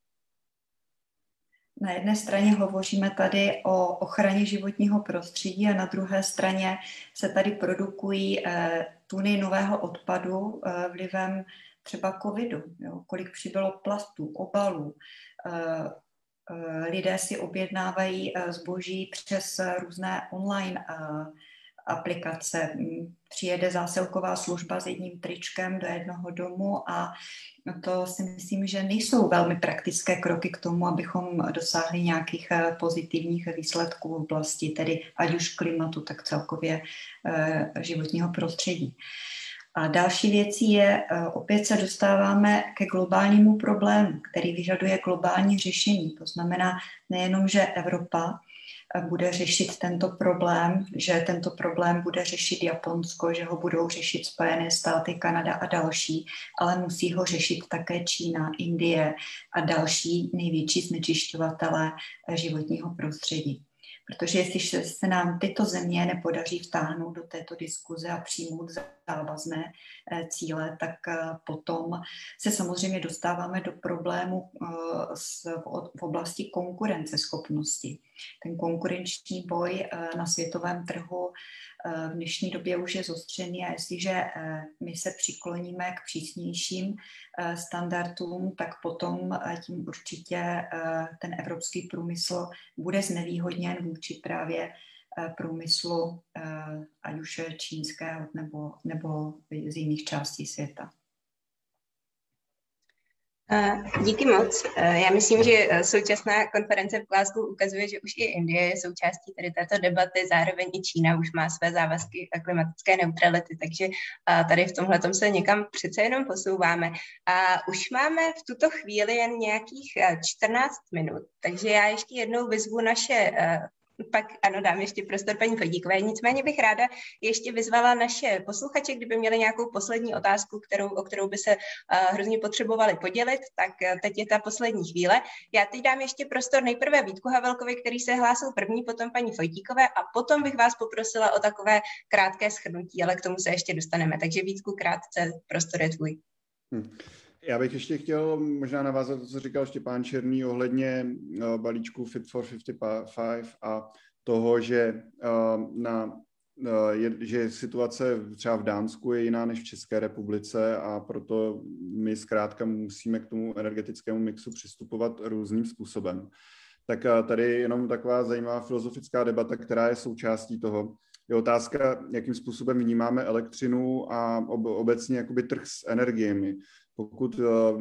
Na jedné straně hovoříme tady o ochraně životního prostředí a na druhé straně se tady produkují tuny nového odpadu vlivem třeba covidu. Jo? Kolik přibylo plastů, obalů. Lidé si objednávají zboží přes různé online aplikace. Přijede zásilková služba s jedním tričkem do jednoho domu a to si myslím, že nejsou velmi praktické kroky k tomu, abychom dosáhli nějakých pozitivních výsledků v oblasti, tedy ať už klimatu, tak celkově životního prostředí. A další věcí je, opět se dostáváme ke globálnímu problému, který vyžaduje globální řešení. To znamená nejenom, že Evropa bude řešit tento problém, že tento problém bude řešit Japonsko, že ho budou řešit Spojené státy, Kanada a další, ale musí ho řešit také Čína, Indie a další největší znečišťovatelé životního prostředí. Protože jestli se nám tyto země nepodaří vtáhnout do této diskuze a přijmout závazné cíle, tak potom se samozřejmě dostáváme do problému v oblasti konkurenceschopnosti. Ten konkurenční boj na světovém trhu v dnešní době už je zostřený a jestliže my se přikloníme k přísnějším standardům, tak potom tím určitě ten evropský průmysl bude znevýhodněn vůči právě průmyslu, ať už čínského nebo z jiných částí světa. Díky moc. Já myslím, že současná konference v Glasgow ukazuje, že už i Indie je součástí tady této debaty, zároveň i Čína už má své závazky klimatické neutrality, takže tady v tomhletom se někam přece jenom posouváme. A už máme v tuto chvíli jen nějakých 14 minut, takže já ještě jednou vyzvu naše pak ano, dám ještě prostor paní Fojtíkové. Nicméně bych ráda ještě vyzvala naše posluchače, kdyby měli nějakou poslední otázku, o kterou by se hrozně potřebovali podělit, tak teď je ta poslední chvíle. Já teď dám ještě prostor nejprve Vítku Havelkovi, který se hlásil první, potom paní Fojtíkové a potom bych vás poprosila o takové krátké shrnutí, ale k tomu se ještě dostaneme. Takže Vítku, krátce, prostor je tvůj. Já bych ještě chtěl možná navázat to, co říkal Štěpán Černý ohledně balíčku Fit for 55 a toho, že že situace třeba v Dánsku je jiná než v České republice a proto my zkrátka musíme k tomu energetickému mixu přistupovat různým způsobem. Tak tady jenom taková zajímavá filozofická debata, která je součástí toho. Je otázka, jakým způsobem vnímáme elektřinu a obecně jakoby trh s energiemi. pokud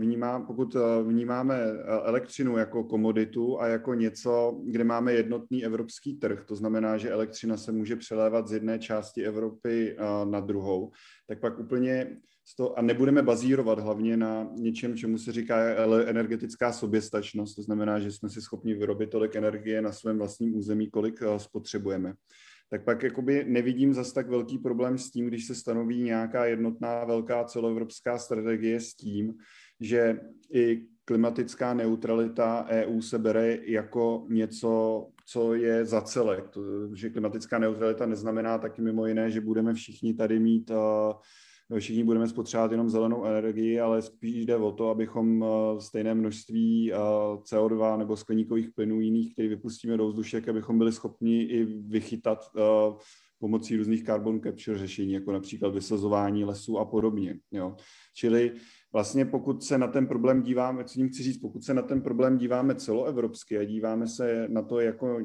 vnímáme elektřinu jako komoditu a jako něco, kde máme jednotný evropský trh, to znamená, že elektřina se může přelévat z jedné části Evropy na druhou, tak pak úplně a nebudeme bazírovat hlavně na něčem, čemu se říká energetická soběstačnost, to znamená, že jsme si schopni vyrobit tolik energie na svém vlastním území, kolik spotřebujeme. Tak pak jakoby nevidím zas tak velký problém s tím, když se stanoví nějaká jednotná velká celoevropská strategie s tím, že i klimatická neutralita EU se bere jako něco, co je za celek. Že klimatická neutralita neznamená taky mimo jiné, že budeme všichni tady mít všichni budeme spotřebovat jenom zelenou energii, ale spíš jde o to, abychom stejné množství CO2 nebo skleníkových plynů jiných, které vypustíme do ovzduší, abychom byli schopni i vychytat pomocí různých carbon capture řešení, jako například vysazování lesů a podobně. Jo. Čili vlastně pokud se na ten problém díváme, co tím chci říct, pokud se na ten problém díváme celoevropsky a díváme se na to jako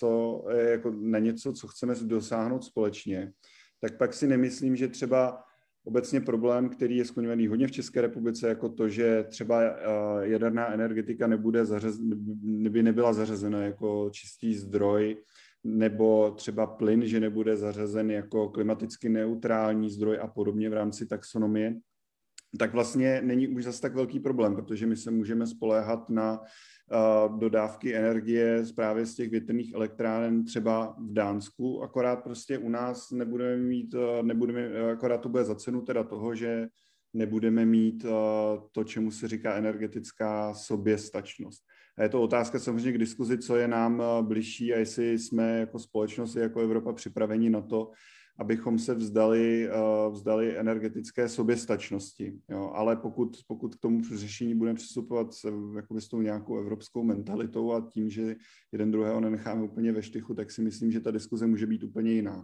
na něco, co chceme dosáhnout společně, tak pak si nemyslím, že třeba obecně problém, který je skloňovaný hodně v České republice, jako to, že třeba jaderná energetika by nebyla zařazena jako čistý zdroj, nebo třeba plyn, že nebude zařazen jako klimaticky neutrální zdroj a podobně v rámci taxonomie, tak vlastně není už zase tak velký problém, protože my se můžeme spoléhat na dodávky energie právě z těch větrných elektráren třeba v Dánsku, akorát prostě u nás akorát to bude za cenu teda toho, že nebudeme mít to, čemu se říká energetická soběstačnost. A je to otázka samozřejmě k diskuzi, co je nám bližší a jestli jsme jako společnost, jako Evropa připraveni na to, abychom se vzdali energetické soběstačnosti. Jo. Ale pokud k tomu řešení budeme přistupovat s tou nějakou evropskou mentalitou a tím, že jeden druhého nenecháme úplně ve štychu, tak si myslím, že ta diskuze může být úplně jiná.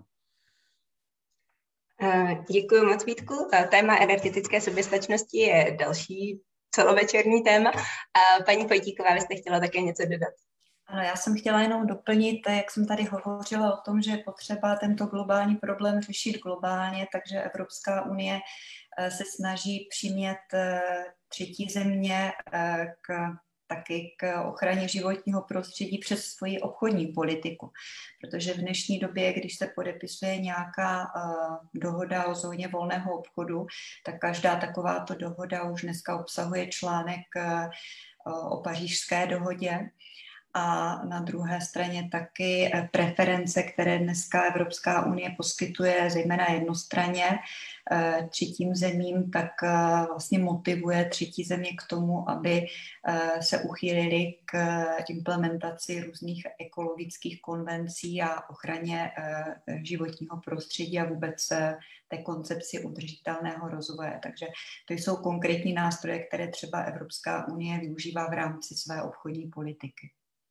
Děkuji moc, Vítku. Téma energetické soběstačnosti je další celovečerní téma. Paní Pojtíková, vy jste chtěla také něco dodat? Ano, já jsem chtěla jenom doplnit, jak jsem tady hovořila o tom, že je potřeba tento globální problém řešit globálně, takže Evropská unie se snaží přimět třetí země taky k ochraně životního prostředí přes svoji obchodní politiku. Protože v dnešní době, když se podepisuje nějaká dohoda o zóně volného obchodu, tak každá takováto dohoda už dneska obsahuje článek o Pařížské dohodě. A na druhé straně taky preference, které dneska Evropská unie poskytuje, zejména jednostranně třetím zemím, tak vlastně motivuje třetí země k tomu, aby se uchýlili k implementaci různých ekologických konvencí a ochraně životního prostředí a vůbec té koncepci udržitelného rozvoje. Takže to jsou konkrétní nástroje, které třeba Evropská unie využívá v rámci své obchodní politiky.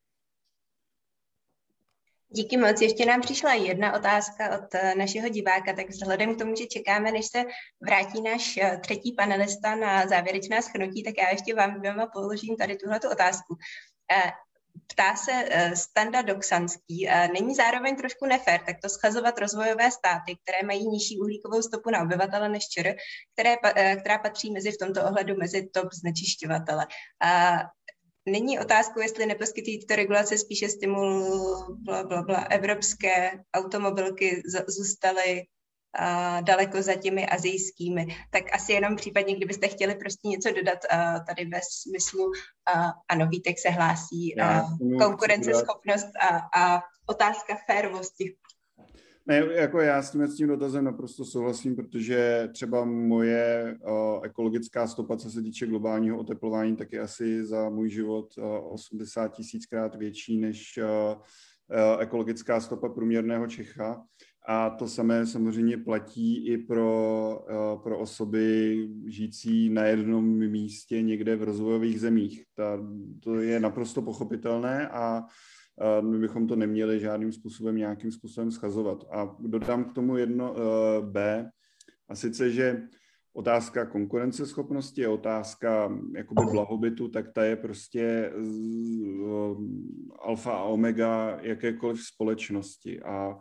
Díky moc. Ještě nám přišla jedna otázka od našeho diváka, tak vzhledem k tomu, že čekáme, než se vrátí náš třetí panelista na závěrečná shrnutí, tak já ještě vám dvěma položím tady tuhletu otázku. Ptá se Standa Doksanský, není zároveň trošku nefér takto schazovat rozvojové státy, které mají nižší uhlíkovou stopu na obyvatele než ČR, která patří v tomto ohledu mezi top znečišťovatele. Není otázkou, jestli neposkytují tyto regulace spíše stimul evropské automobilky zůstaly daleko za těmi asijskými. Tak asi jenom případně, kdybyste chtěli prostě něco dodat tady ve smyslu, ano, Vítek se hlásí, konkurenceschopnost a otázka férovosti. Ne, jako já s tím dotazem naprosto souhlasím, protože třeba moje ekologická stopa, co se týče globálního oteplování, tak je asi za můj život 80 000krát větší než ekologická stopa průměrného Čecha. A to samé samozřejmě platí i pro osoby žijící na jednom místě někde v rozvojových zemích. To je naprosto pochopitelné a my bychom to neměli žádným způsobem, nějakým způsobem schazovat. A dodám k tomu jedno B, a sice, že otázka konkurenceschopnosti je otázka jakoby blahobytu, tak ta je prostě alfa a omega jakékoliv společnosti. A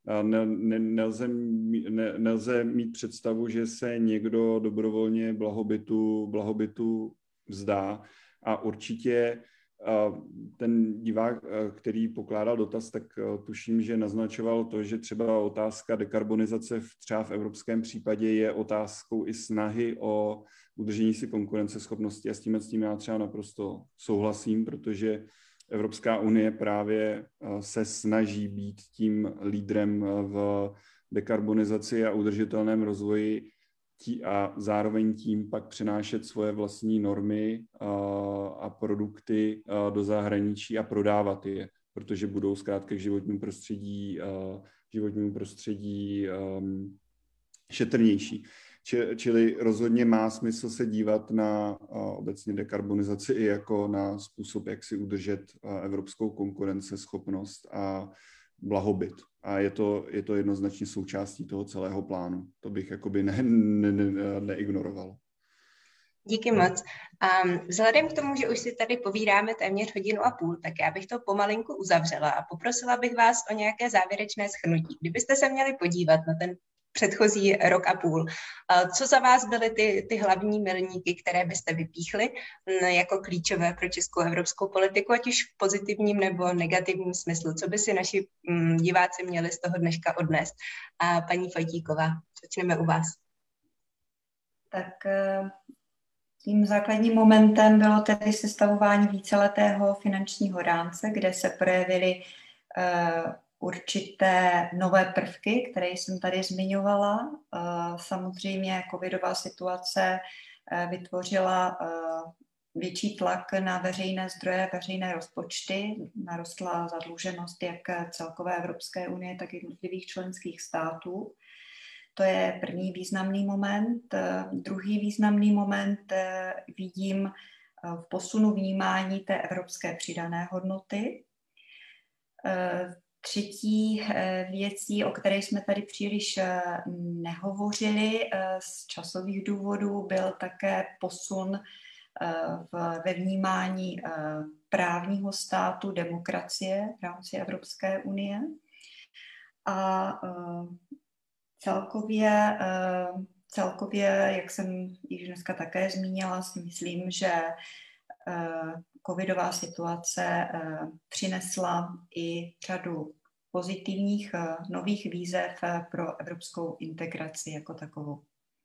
nelze mít představu, že se někdo dobrovolně blahobytu vzdá. A určitě ten divák, který pokládal dotaz, tak tuším, že naznačoval to, že třeba otázka dekarbonizace třeba v evropském případě je otázkou i snahy o udržení si konkurenceschopnosti a s tím já třeba naprosto souhlasím, protože Evropská unie právě se snaží být tím lídrem v dekarbonizaci a udržitelném rozvoji a zároveň tím pak přenášet svoje vlastní normy a produkty do zahraničí a prodávat je, protože budou zkrátka k životnímu prostředí šetrnější. Čili rozhodně má smysl se dívat na obecně dekarbonizaci i jako na způsob, jak si udržet evropskou konkurenceschopnost a blahobyt. A je to jednoznačně součástí toho celého plánu. To bych jakoby neignoroval. Díky moc. Vzhledem k tomu, že už si tady povídáme téměř 1,5 hodiny, tak já bych to pomalinku uzavřela a poprosila bych vás o nějaké závěrečné shrnutí. Kdybyste se měli podívat na ten předchozí 1,5 roku, co za vás byly ty hlavní milníky, které byste vypíchli jako klíčové pro českou evropskou politiku, ať už v pozitivním nebo negativním smyslu? Co by si naši diváci měli z toho dneška odnést? A paní Fajtíková, začneme u vás. Tak tím základním momentem bylo tedy sestavování víceletého finančního rámce, kde se projevily určité nové prvky, které jsem tady zmiňovala. Samozřejmě covidová situace vytvořila větší tlak na veřejné zdroje, veřejné rozpočty. Narostla zadluženost jak celkové Evropské unie, tak i jednotlivých členských států. To je první významný moment. Druhý významný moment vidím v posunu vnímání té evropské přidané hodnoty. Třetí věcí, o které jsme tady příliš nehovořili z časových důvodů, byl také posun ve vnímání právního státu, demokracie v rámci Evropské unie. A celkově, jak jsem již dneska také zmínila, si myslím, že covidová situace přinesla i řadu pozitivních nových výzev pro evropskou integraci jako takovou.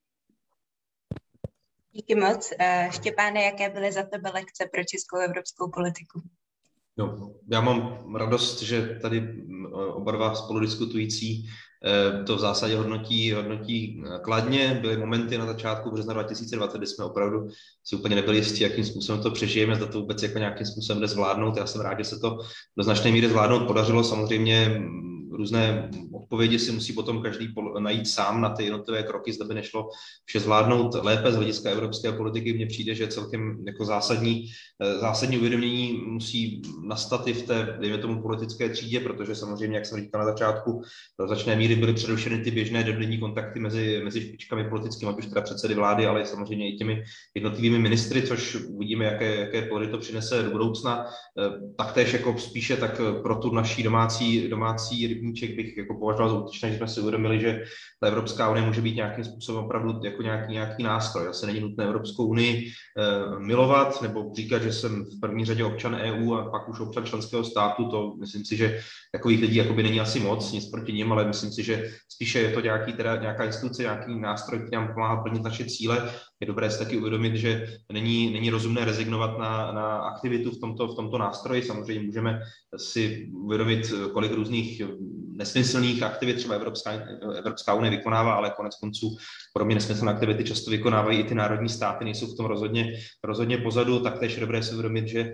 Díky moc. Štěpáne, jaké byly za tebe lekce pro českou evropskou politiku? No, já mám radost, že tady oba dva spoludiskutující to v zásadě hodnotí kladně. Byly momenty na začátku března 2020, kdy jsme opravdu si úplně nebyli jistí, jakým způsobem to přežijeme, zda to vůbec jako nějakým způsobem jde zvládnout. Já jsem rád, že se to do značné míry zvládnout podařilo. Samozřejmě různé odpovědi si musí potom každý najít sám na ty jednotlivé kroky, zda by nešlo vše zvládnout lépe z hlediska evropské politiky. Mně přijde, že celkem jako zásadní uvědomění musí nastat i v té, dejme tomu, politické třídě, protože samozřejmě, jak jsem říkal na začátku, do značné míry byly přerušeny ty běžné denní kontakty mezi špičkami politickými, ať už teda předsedy vlády, ale samozřejmě i těmi jednotlivými ministry, což uvidíme, jaké plody to přinese do budoucna. Taktéž jako spíše tak pro tu naší domácí rybníček bych jako považoval za útočné, že jsme si uvědomili, že ta Evropská unie může být nějakým způsobem opravdu jako nějaký nástroj. Zase není nutné Evropskou unii milovat nebo říkat, že jsem v první řadě občan EU a pak už občan členského státu. To myslím si, že takových lidí jakoby není asi moc, nic proti nim, ale myslím si, že spíše je to nějaká instituce, nějaký nástroj, který nám pomáhá plnit naše cíle. Je dobré si taky uvědomit, že není rozumné rezignovat na aktivitu v tomto nástroji. Samozřejmě můžeme si uvědomit, kolik různých nesmyslných aktivit třeba Evropská unie vykonává, ale konec konců pro mě nesmyslné aktivity často vykonávají i ty národní státy, nejsou v tom rozhodně pozadu. Taktéž je dobré si uvědomit, že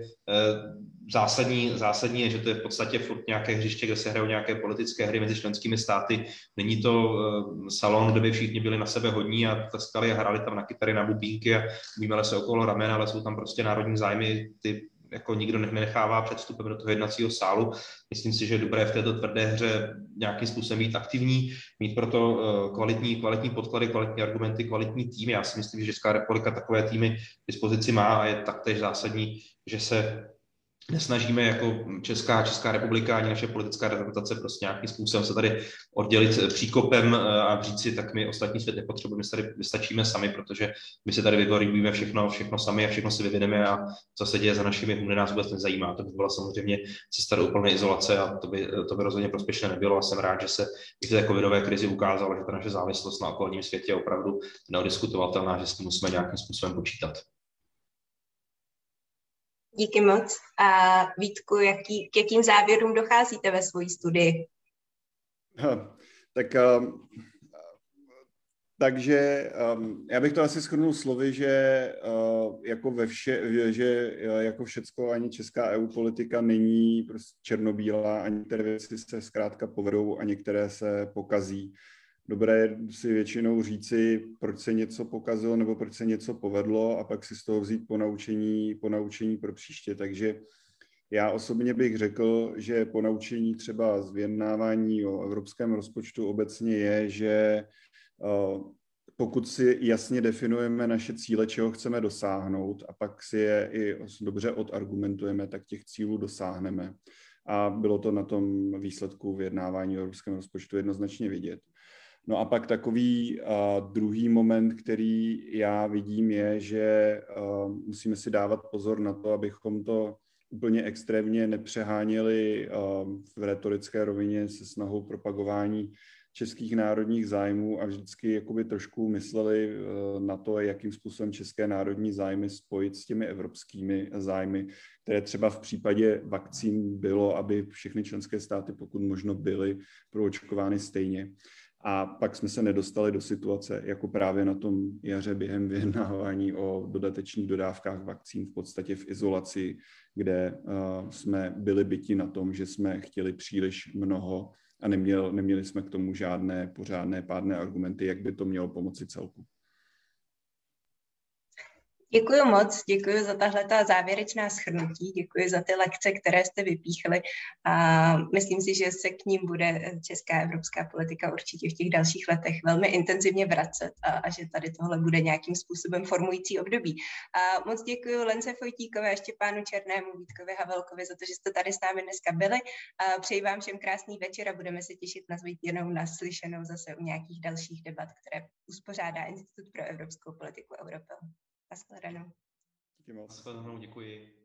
zásadní je, že to je v podstatě furt nějaké hřiště, kde se hrajou nějaké politické hry mezi členskými státy. Není to salon, kde by všichni byli na sebe hodní a tleskali a hráli tam na kytary, na bubínky a umývali se okolo ramena, ale jsou tam prostě národní zájmy, ty jako nikdo nenechává před vstupem do toho jednacího sálu. Myslím si, že je dobré v této tvrdé hře nějakým způsobem být aktivní, mít proto kvalitní podklady, kvalitní argumenty, kvalitní tým. Já si myslím, že Česká republika takové týmy k dispozici má a je taktéž zásadní, že se nesnažíme jako Česká republika ani naše politická reprezentace prostě nějakým způsobem se tady oddělit příkopem a říct si, tak my ostatní svět nepotřebujeme, my se tady vystačíme sami, protože my se tady vyvarujeme všechno sami a všechno si vyvineme a co se děje za našimi humny nás vůbec nezajímá. To by byla samozřejmě cesta do úplné izolace a to by rozhodně prospěšné nebylo a jsem rád, že se i v té covidové krizi ukázalo, že ta naše závislost na okolním světě je opravdu neodiskutovatelná, že s tím musíme nějakým způsobem počítat. Díky moc. A Vítku, k jakým závěrům docházíte ve své studii? Takže já bych to asi shrnul slovy, že jako všecko ani česká EU politika není prostě černobílá, ani některé věci se zkrátka povedou a některé se pokazí. Dobré je si většinou říci, proč se něco pokazilo nebo proč se něco povedlo a pak si z toho vzít ponaučení pro příště. Takže já osobně bych řekl, že ponaučení třeba z vyjednávání o evropském rozpočtu obecně je, že pokud si jasně definujeme naše cíle, čeho chceme dosáhnout a pak si je i dobře odargumentujeme, tak těch cílů dosáhneme. A bylo to na tom výsledku vyjednávání o evropském rozpočtu jednoznačně vidět. No a pak takový druhý moment, který já vidím, je, že musíme si dávat pozor na to, abychom to úplně extrémně nepřeháněli v retorické rovině se snahou propagování českých národních zájmů a vždycky jakoby trošku mysleli na to, jakým způsobem české národní zájmy spojit s těmi evropskými zájmy, které třeba v případě vakcín bylo, aby všechny členské státy pokud možno byly proočkovány stejně. A pak jsme se nedostali do situace, jako právě na tom jaře během vyjednávání o dodatečných dodávkách vakcín v podstatě v izolaci, kde jsme byli byti na tom, že jsme chtěli příliš mnoho a neměli jsme k tomu žádné pořádné pádné argumenty, jak by to mělo pomoci celku. Děkuji moc, děkuji za tahleta závěrečná shrnutí, děkuji za ty lekce, které jste vypíchli a myslím si, že se k ním bude česká evropská politika určitě v těch dalších letech velmi intenzivně vracet a že tady tohle bude nějakým způsobem formující období. A moc děkuji Lence Fojtíkové a Štěpánu Černému, Vítkovi Havelkovi za to, že jste tady s námi dneska byli. A přeji vám všem krásný večer a budeme se těšit na jenom naslyšenou zase u nějakých dalších debat, které uspořádá Institut pro evropskou politiku Europel. Nashledanou. Nashledanou, děkuji.